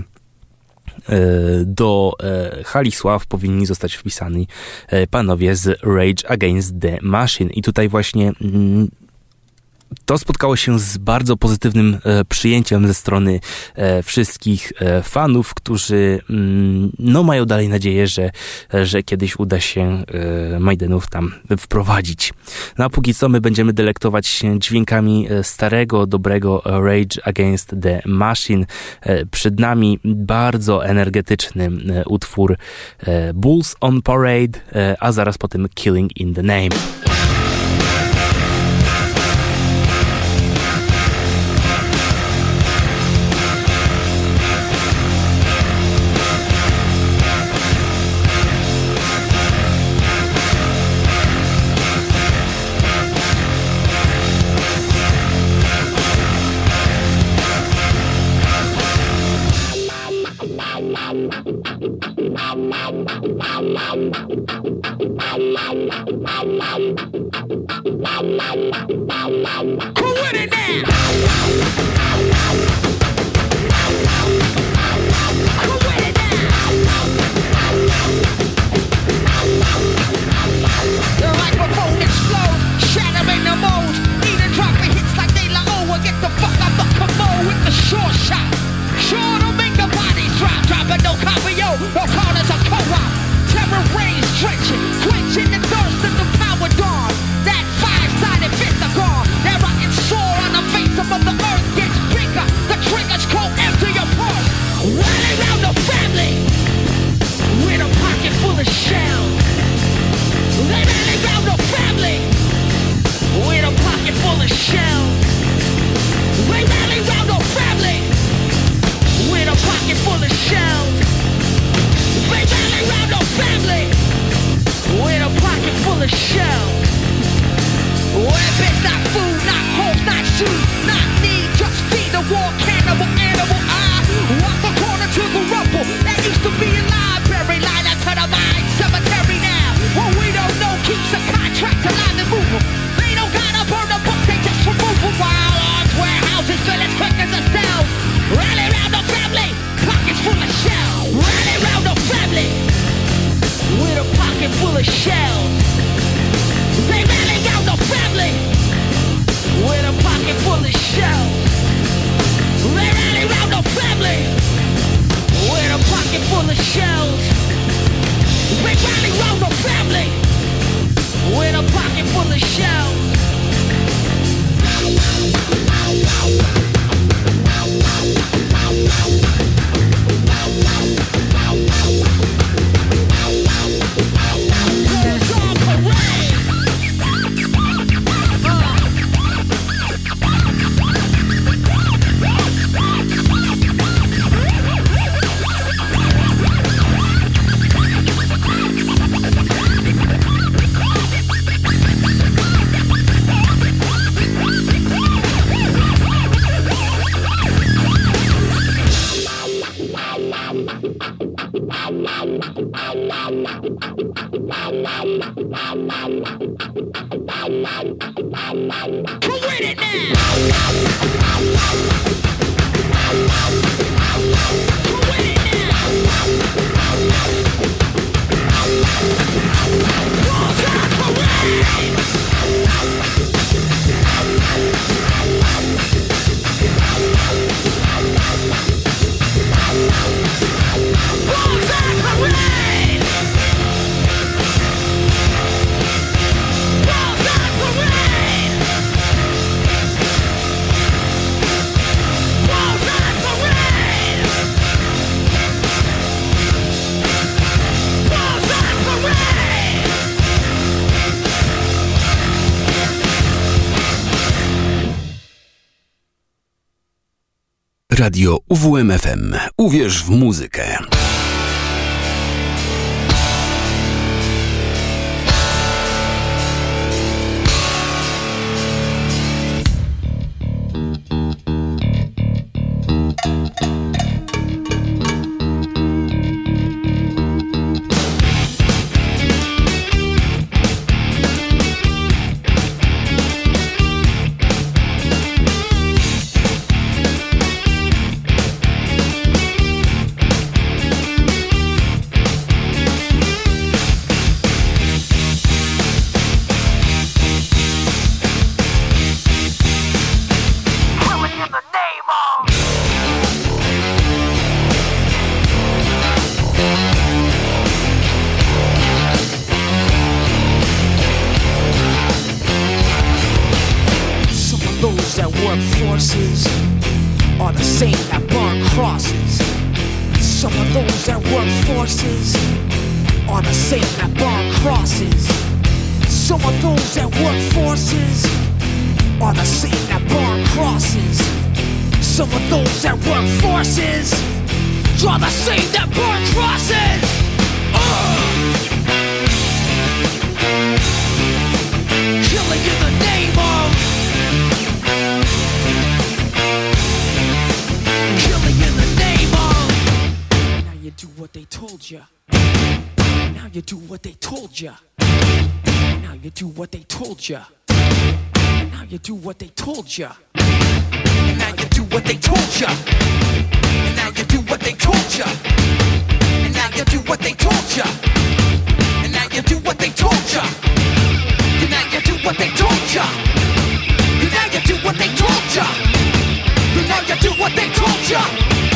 do hali sław powinni zostać wpisani panowie z Rage Against the Machine. I tutaj właśnie to spotkało się z bardzo pozytywnym e, przyjęciem ze strony e, wszystkich e, fanów, którzy mm, no mają dalej nadzieję, że, że kiedyś uda się e, Maidenów tam wprowadzić. No a póki co my będziemy delektować się dźwiękami starego, dobrego Rage Against the Machine. E, przed nami bardzo energetyczny e, utwór e, Bulls on Parade, e, a zaraz potem Killing in the Name. Radio U W M F M. Uwierz w muzykę. Ya. And now you do what they told ya. And now you do what they told ya. And now you do what they told ya. And now you do what they told ya. And now you do what they told ya. And now you do what they told ya. And now you do what they told ya. And now you do what they told ya.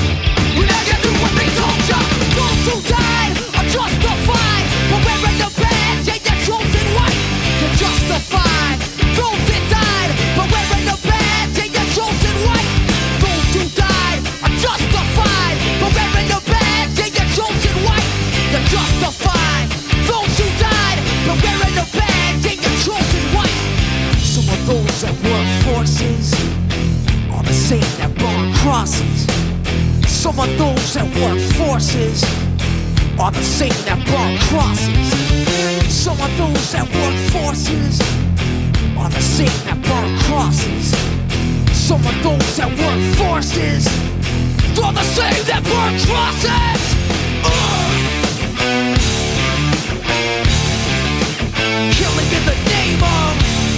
And now you do what they told ya. Those who died are justified for wearing the badge and your chosen white. You're justified. Those that died for wearing the badge and your chosen white. Those who died are justified for wearing the badge and your chosen white. You're justified. Those who died for wearing the badge and your chosen white. Some of those that work forces are the same that burn crosses. Some of those that work forces are the same that burn crosses. Some of those that work forces are the same that burn crosses. Some of those that work forces are the same that burn crosses. Uh! Killing in the name of.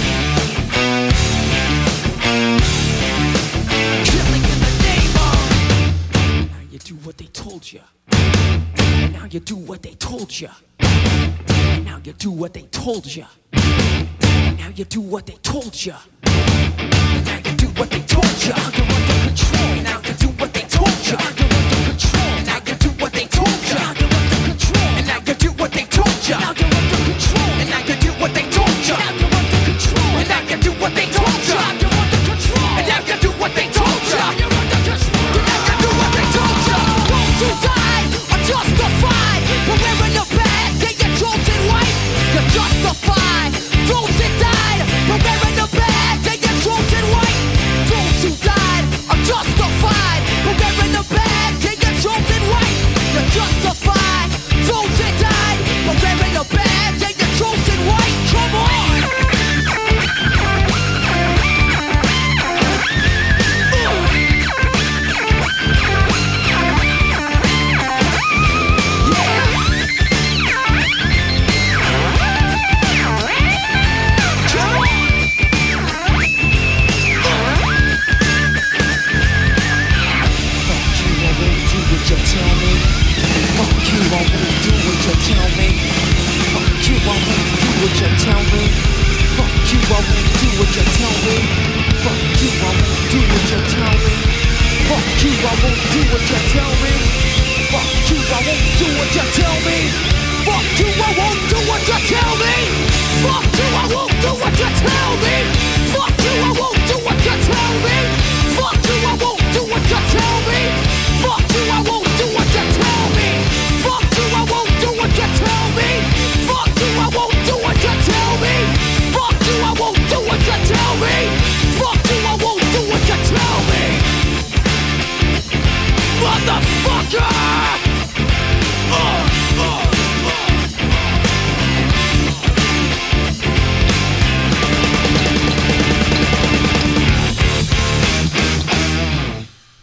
Killing in the name of. Now you do what they told you. And now you do what they told you. And now you do what they told you. And now you do what they told you. And now you do what they told you. Now you're under control. And now you do what they told you. Now you're under control. And now you do what they told you. Now you're under control. And now you do what they told you. Now you're under control. And now you do what they told you. Now you're under control. And now you do what they told you. Now you're under control. And now you do what they told you. Now you're under control. And now you do what they told you. Those who died are justified for wearing the badge and your chosen white. You're justified. Those that died for wearing the badge and your chosen white. Those who died are justified for wearing the badge and your chosen white. You're justified. Those that died for wearing the badge and your chosen white. Come on.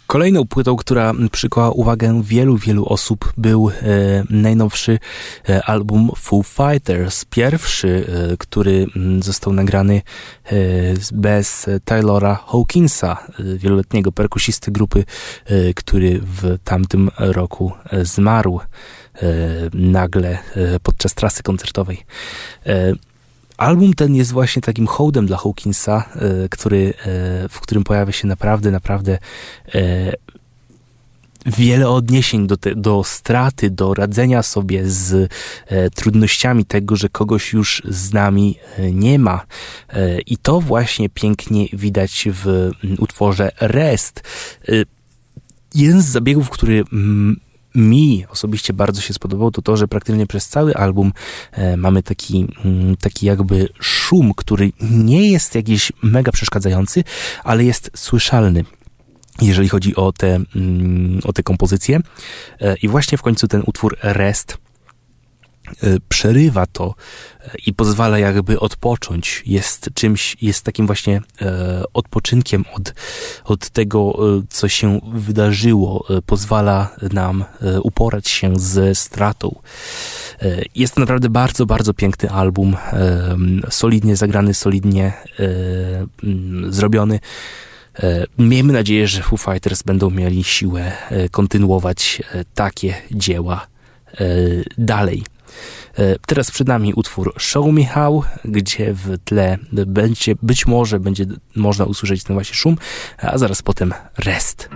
Kolejną płytą, która przykuła uwagę wielu, wielu osób, był e, najnowszy e, album Foo Fighters. Pierwszy, e, który m, został nagrany e, bez Taylora Hawkinsa, e, wieloletniego perkusisty grupy, e, który w tamtym roku e, zmarł e, nagle e, podczas trasy koncertowej. E, Album ten jest właśnie takim hołdem dla Hawkinsa, e, który, e, w którym pojawia się naprawdę, naprawdę e, wiele odniesień do, te, do straty, do radzenia sobie z e, trudnościami tego, że kogoś już z nami e, nie ma. E, I to właśnie pięknie widać w m, utworze Rest. E, jeden z zabiegów, który m, mi osobiście bardzo się spodobał, to to, że praktycznie przez cały album e, mamy taki, m, taki jakby szum, który nie jest jakiś mega przeszkadzający, ale jest słyszalny, jeżeli chodzi o te, mm, o te kompozycje. E, I właśnie w końcu ten utwór Rest e, przerywa to e, i pozwala jakby odpocząć. Jest czymś, jest takim właśnie e, odpoczynkiem od, od tego, e, co się wydarzyło. E, pozwala nam e, uporać się ze stratą. E, jest to naprawdę bardzo, bardzo piękny album. E, solidnie zagrany, solidnie e, m, zrobiony. Miejmy nadzieję, że Foo Fighters będą mieli siłę kontynuować takie dzieła dalej. Teraz przed nami utwór Show Me How, gdzie w tle będzie, być może będzie można usłyszeć ten właśnie szum, a zaraz potem Rest.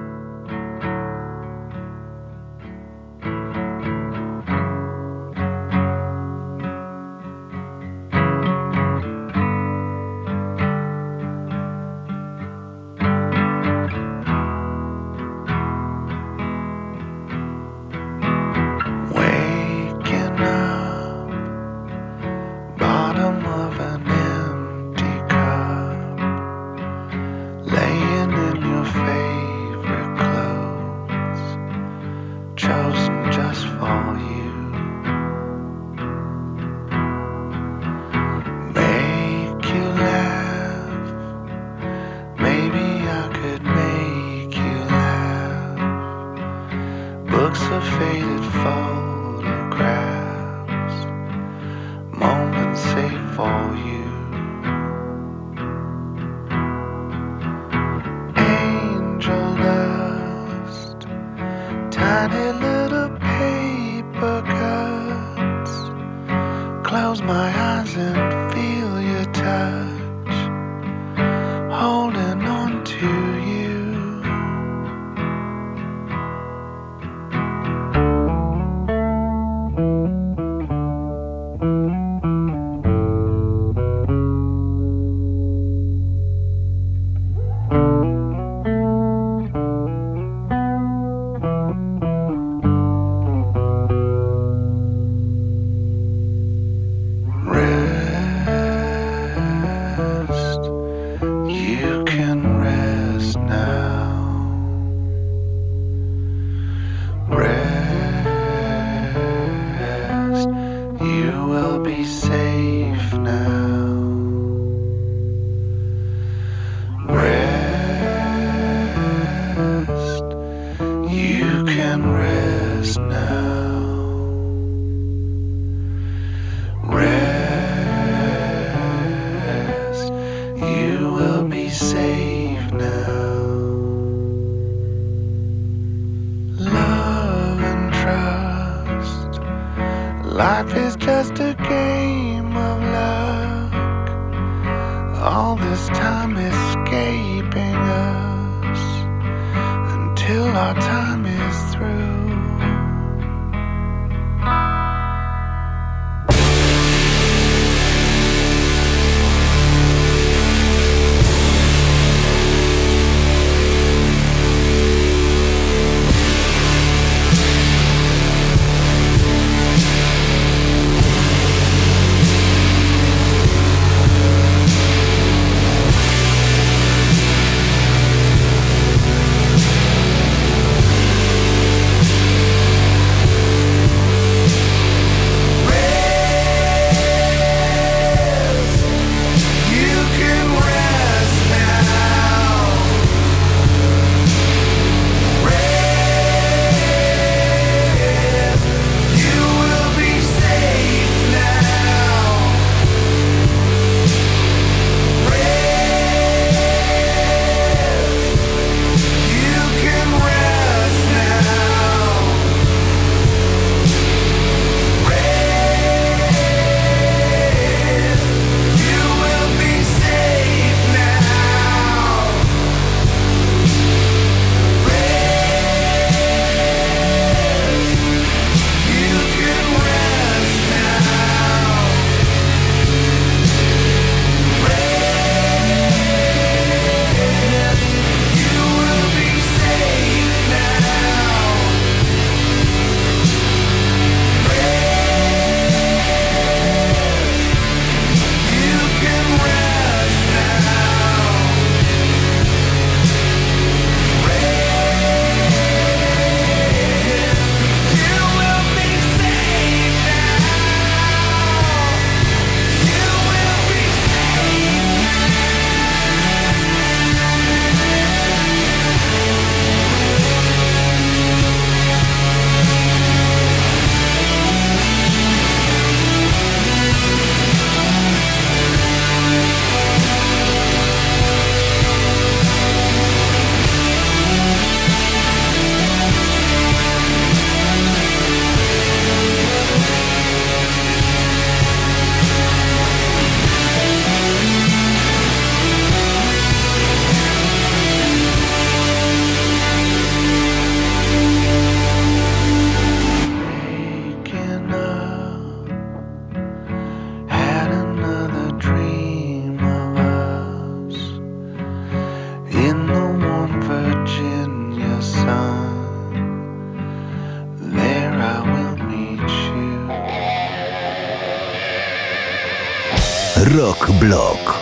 Life is just a game of luck. All this time escaping us until our time is through. Rock Block.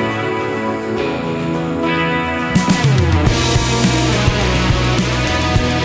Thank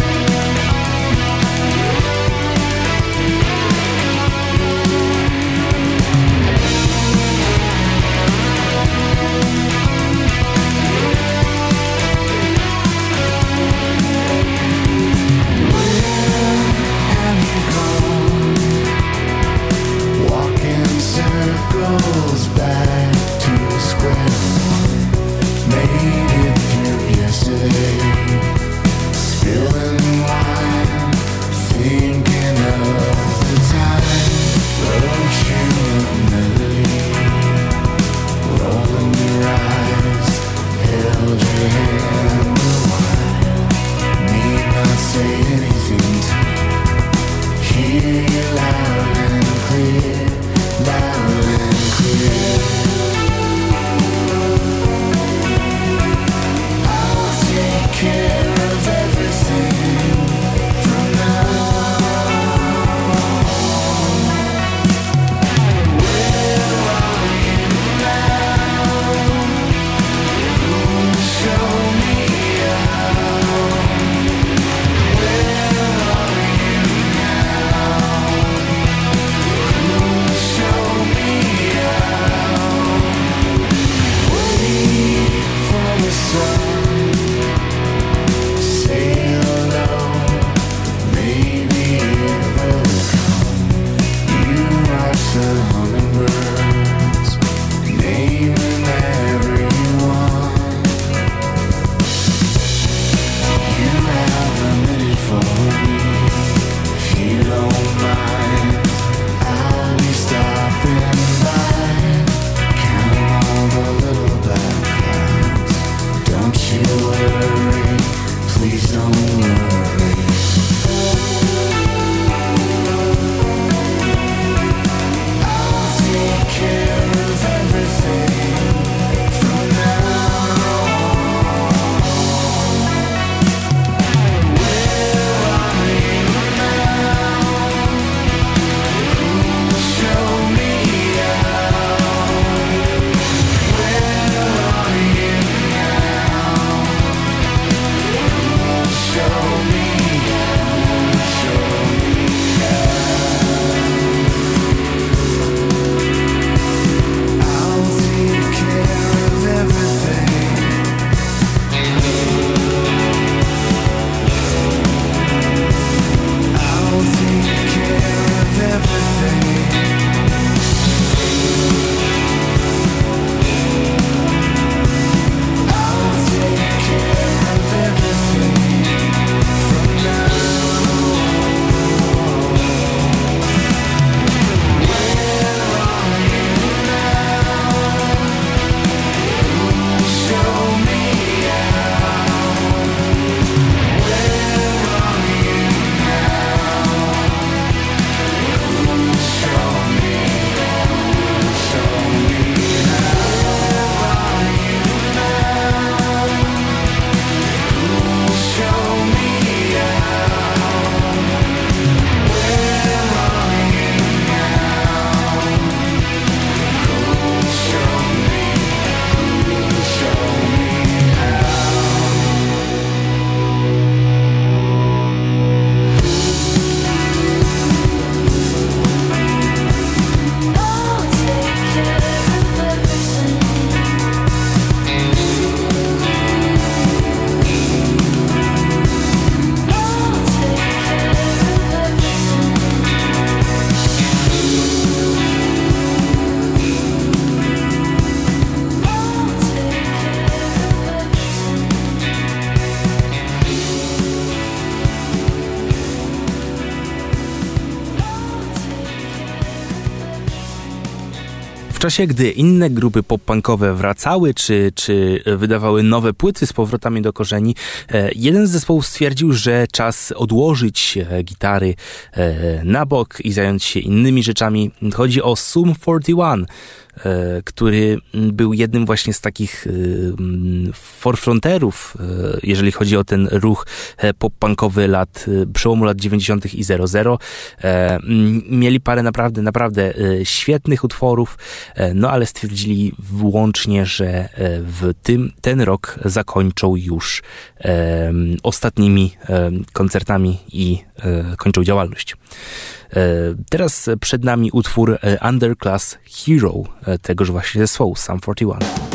czasie, gdy inne grupy pop-punkowe wracały, czy, czy wydawały nowe płyty z powrotami do korzeni, jeden z zespołów stwierdził, że czas odłożyć gitary na bok i zająć się innymi rzeczami. Chodzi o Sum czterdzieści jeden, który był jednym właśnie z takich forefronterów, jeżeli chodzi o ten ruch pop-punkowy lat, przełomu lat dziewięćdziesiątych i zero zero. Mieli parę naprawdę, naprawdę świetnych utworów, no ale stwierdzili wyłącznie, że w tym, ten rok zakończą już ostatnimi koncertami i kończą działalność. Teraz przed nami utwór Underclass Hero tegoż właśnie zespołu Sum czterdzieści jeden.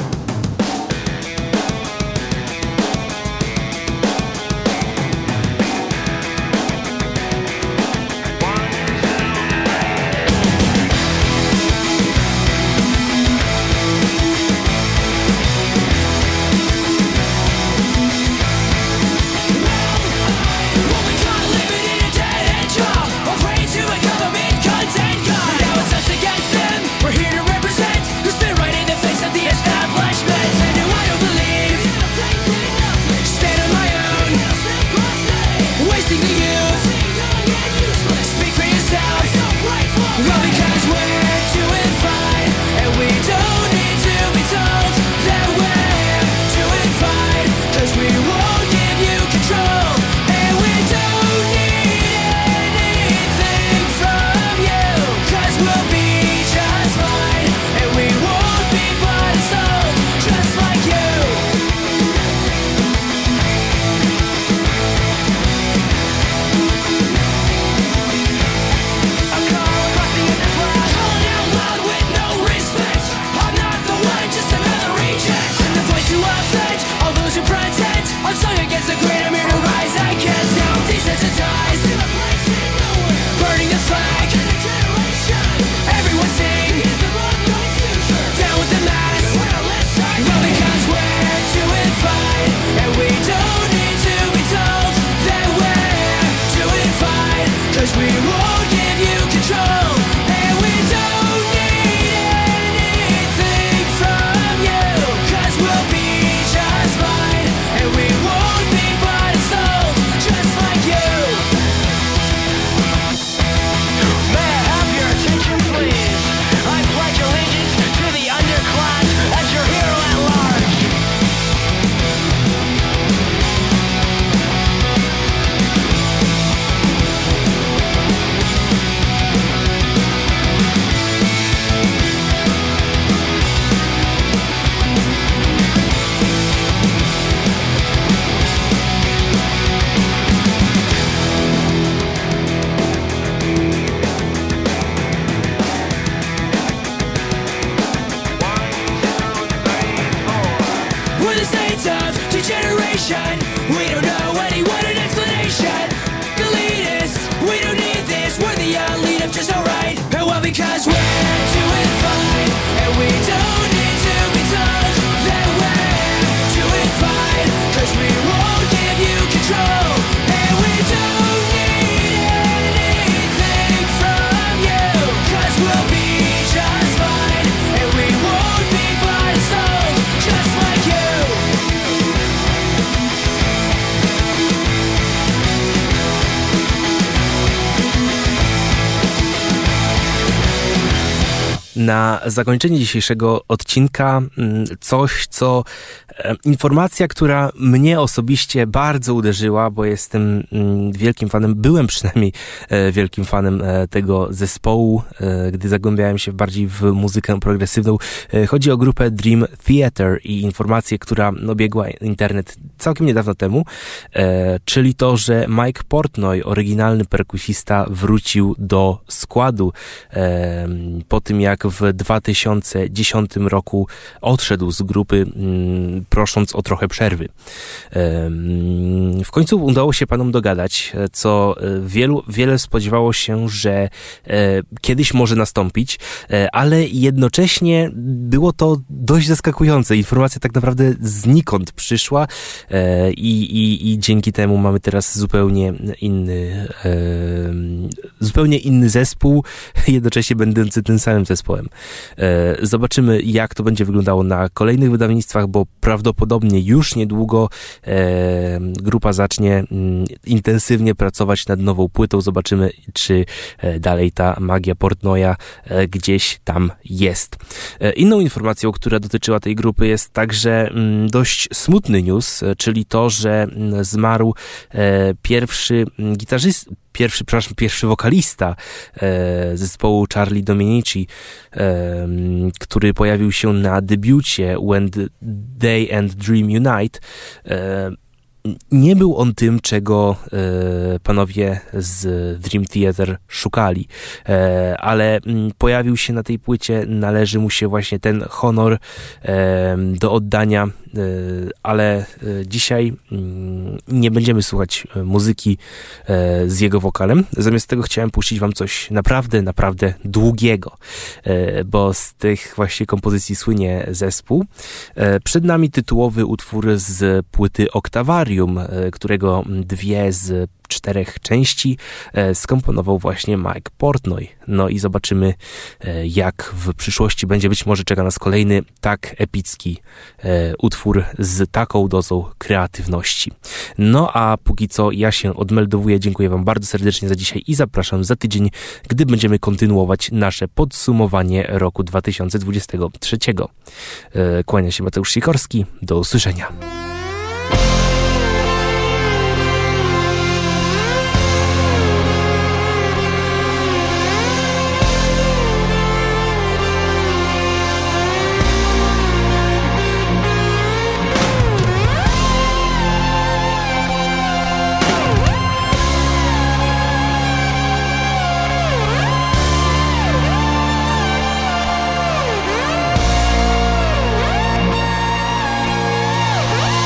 Na zakończenie dzisiejszego odcinka coś, co informacja, która mnie osobiście bardzo uderzyła, bo jestem wielkim fanem, byłem przynajmniej wielkim fanem tego zespołu, gdy zagłębiałem się bardziej w muzykę progresywną. Chodzi o grupę Dream Theater i informację, która obiegła internet całkiem niedawno temu, czyli to, że Mike Portnoy, oryginalny perkusista, wrócił do składu po tym, jak w dwa tysiące dziesiątym roku odszedł z grupy, prosząc o trochę przerwy. W końcu udało się panom dogadać, co wielu, wiele spodziewało się, że kiedyś może nastąpić, ale jednocześnie było to dość zaskakujące. Informacja tak naprawdę znikąd przyszła i, i, i dzięki temu mamy teraz zupełnie inny zupełnie inny zespół, jednocześnie będący tym samym zespołem. wspominałem. Zobaczymy, jak to będzie wyglądało na kolejnych wydawnictwach, bo prawdopodobnie już niedługo grupa zacznie intensywnie pracować nad nową płytą. Zobaczymy, czy dalej ta magia Portnoya gdzieś tam jest. Inną informacją, która dotyczyła tej grupy, jest także dość smutny news, czyli to, że zmarł pierwszy gitarzysta, Pierwszy, przepraszam, pierwszy wokalista e, zespołu Charlie Dominici, e, który pojawił się na debiucie When Day and Dream Unite. E, nie był on tym, czego e, panowie z Dream Theater szukali, e, ale m, pojawił się na tej płycie, należy mu się właśnie ten honor e, do oddania, e, ale e, dzisiaj m, nie będziemy słuchać muzyki e, z jego wokalem. Zamiast tego chciałem puścić wam coś naprawdę, naprawdę długiego, e, bo z tych właśnie kompozycji słynie zespół. E, przed nami tytułowy utwór z płyty Octavarium, którego dwie z czterech części skomponował właśnie Mike Portnoy. No i zobaczymy, jak w przyszłości będzie. Być może czeka nas kolejny tak epicki utwór z taką dozą kreatywności. No a póki co ja się odmeldowuję. Dziękuję wam bardzo serdecznie za dzisiaj i zapraszam za tydzień, gdy będziemy kontynuować nasze podsumowanie roku dwa tysiące dwudziestego trzeciego. Kłania się Mateusz Sikorski. Do usłyszenia. We'll be right back.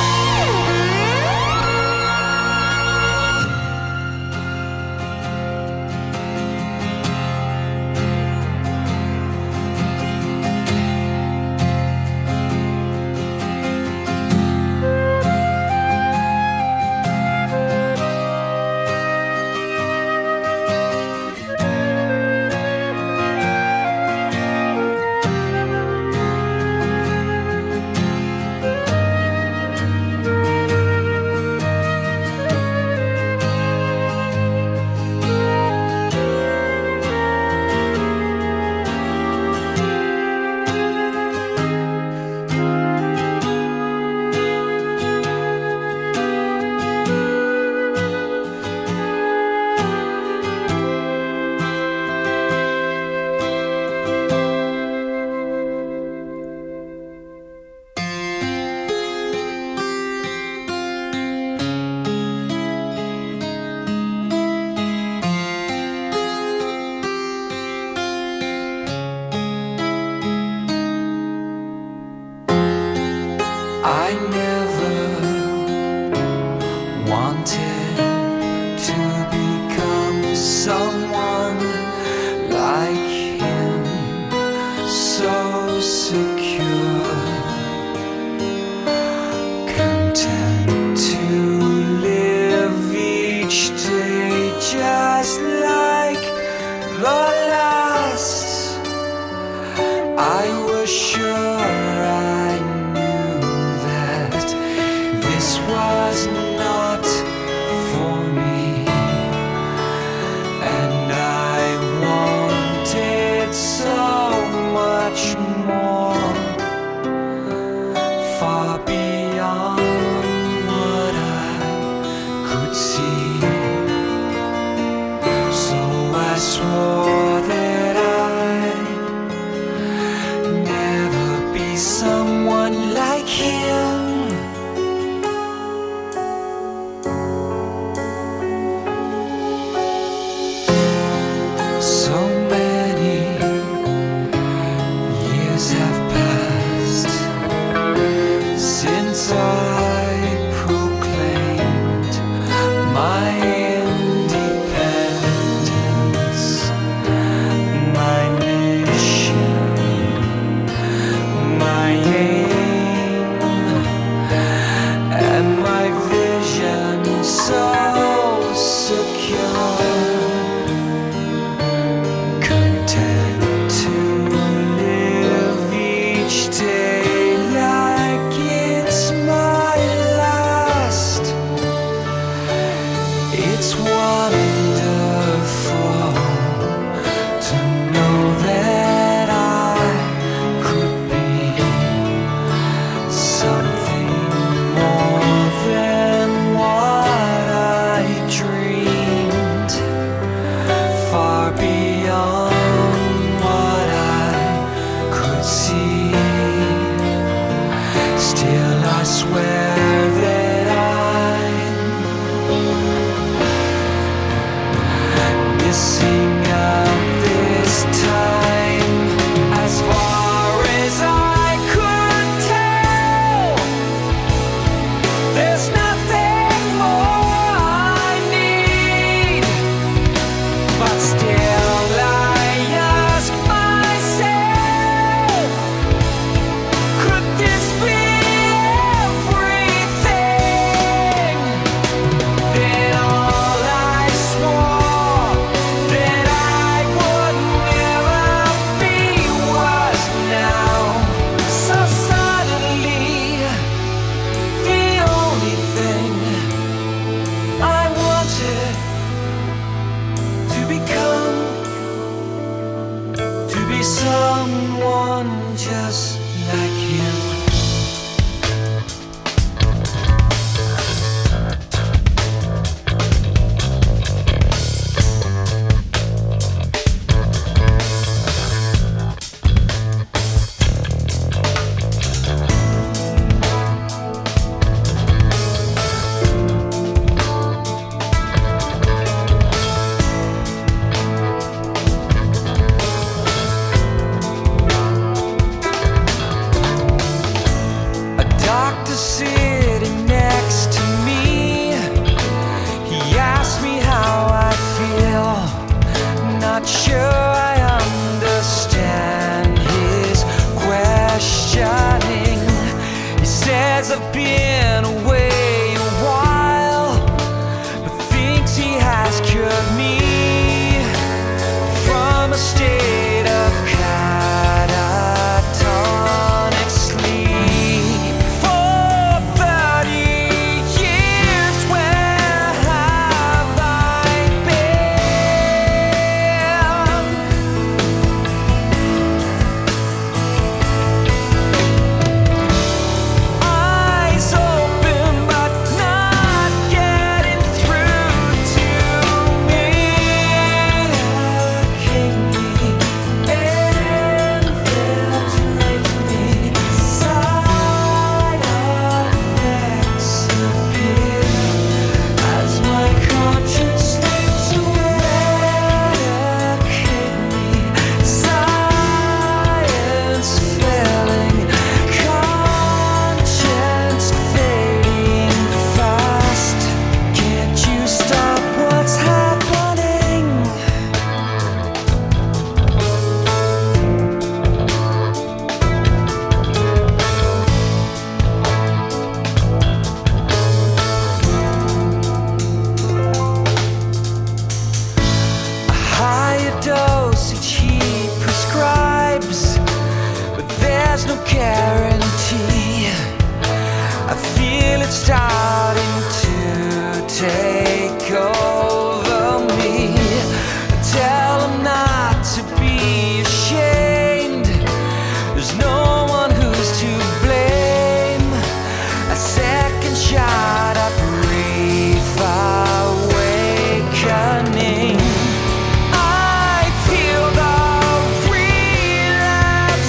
be someone just like you. Sitting next to me, he asked me how I feel. Not sure I understand his questioning. He says I've been away a while, but thinks he has cured me from a state of catatonic sleep.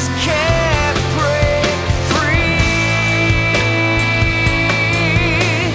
Free.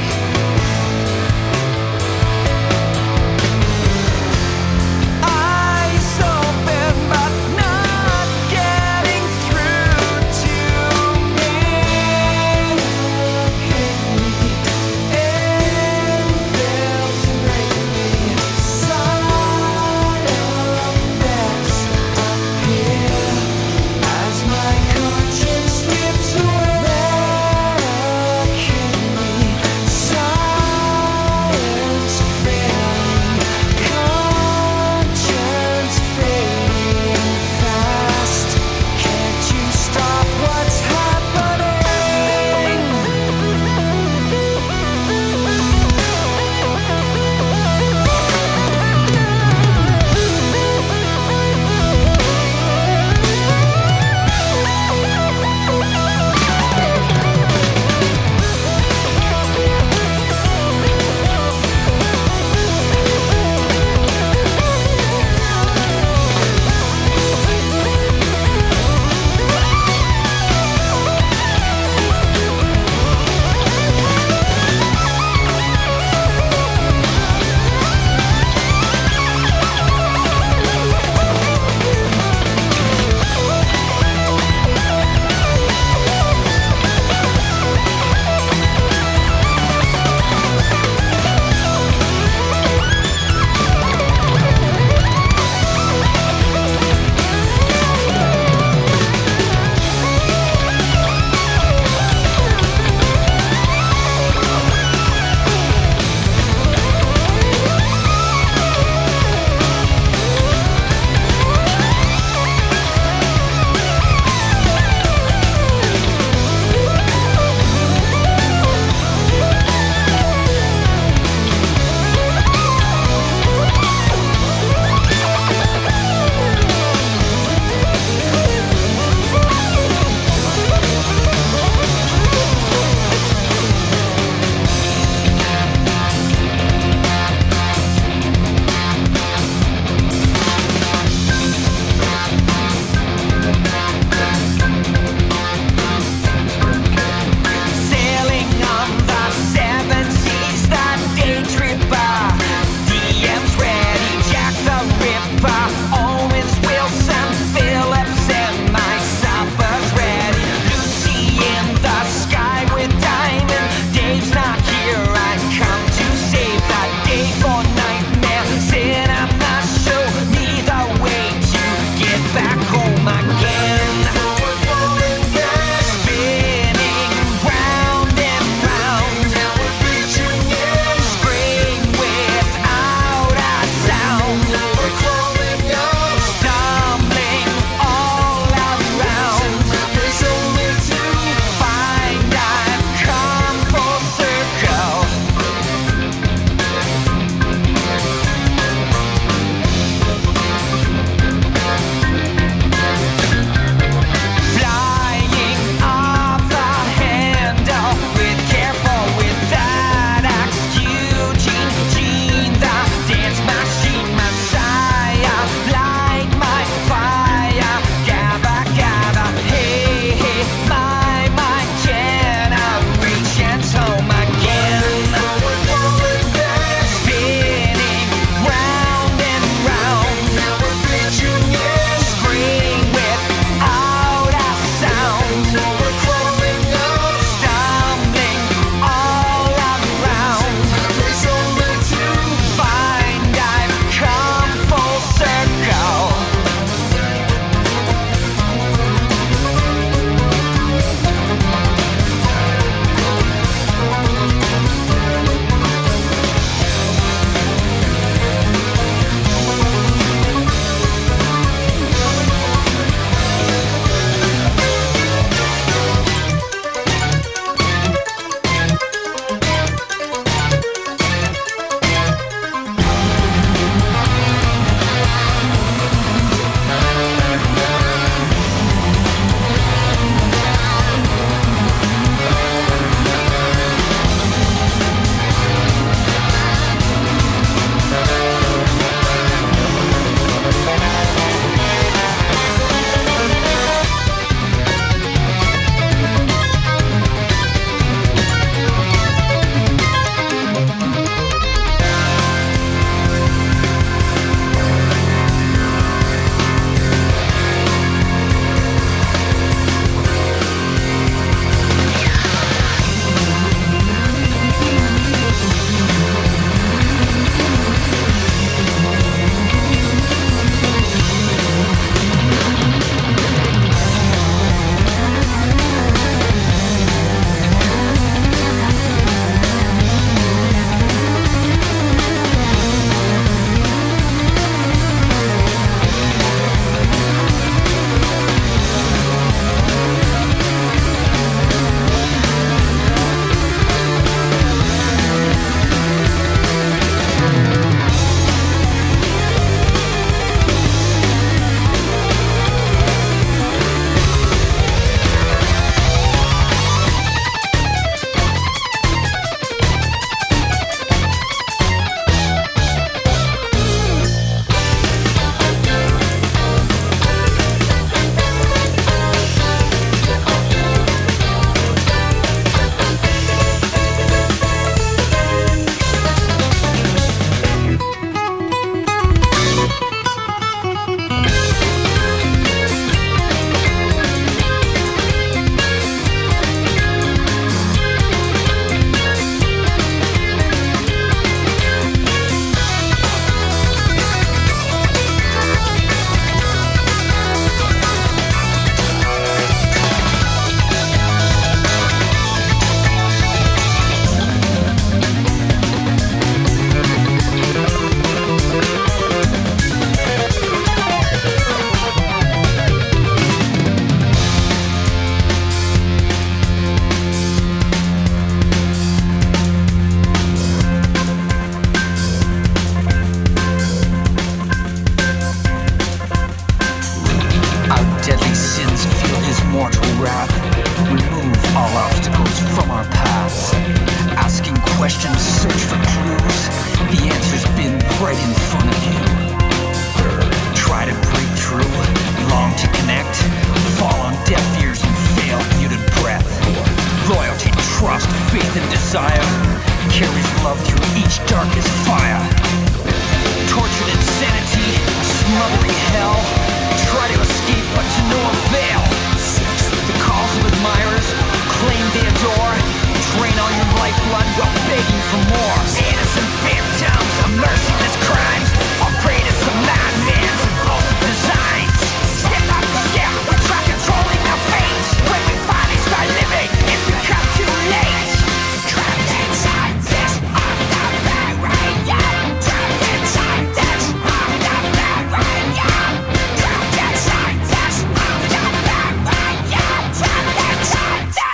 wrath. Remove all obstacles from our paths. Asking questions, search for clues. The answer's been right in front of you. Try to break through, long to connect. Fall on deaf ears and fail muted breath. Loyalty, trust, faith and desire carries love through each darkest fire. Tortured insanity, a smothering hell. Try to escape but to no avail. The calls of admirers, claim they adore. Drain all your lifeblood while begging for more. Innocent phantoms of merciless crimes, or prey to some madman's impulsive designs. Step after step, we try controlling our fate. When we finally start living, it's become too late. Trapped inside this Octavarium. Trapped inside this Octavarium. Trapped inside this Octavarium. Trapped inside this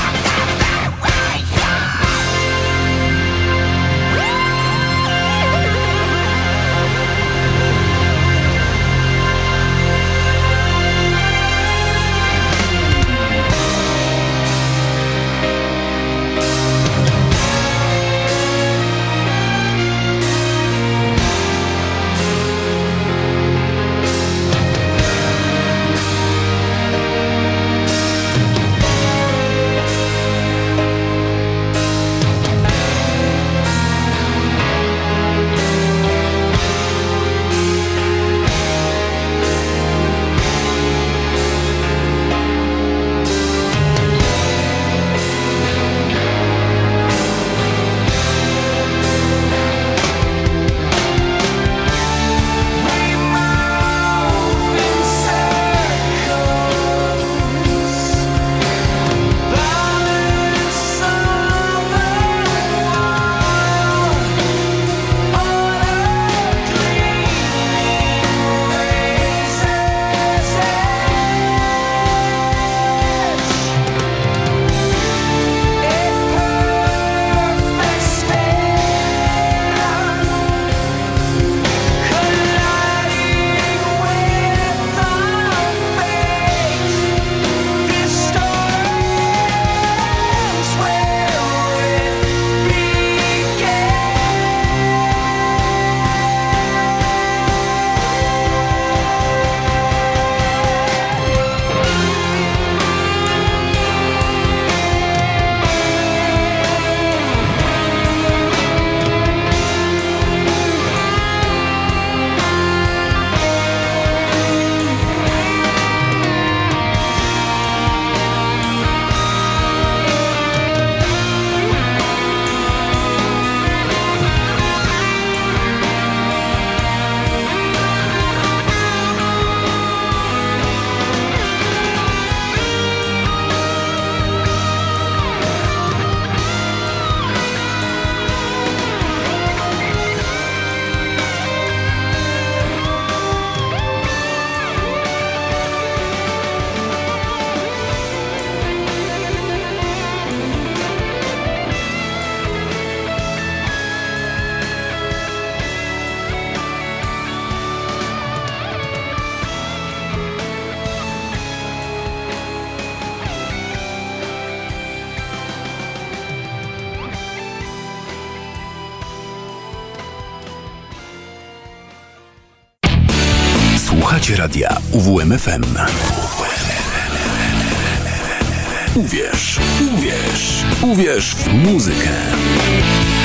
Słuchacie radia U W M F M. Uwierz, uwierz, uwierz w muzykę.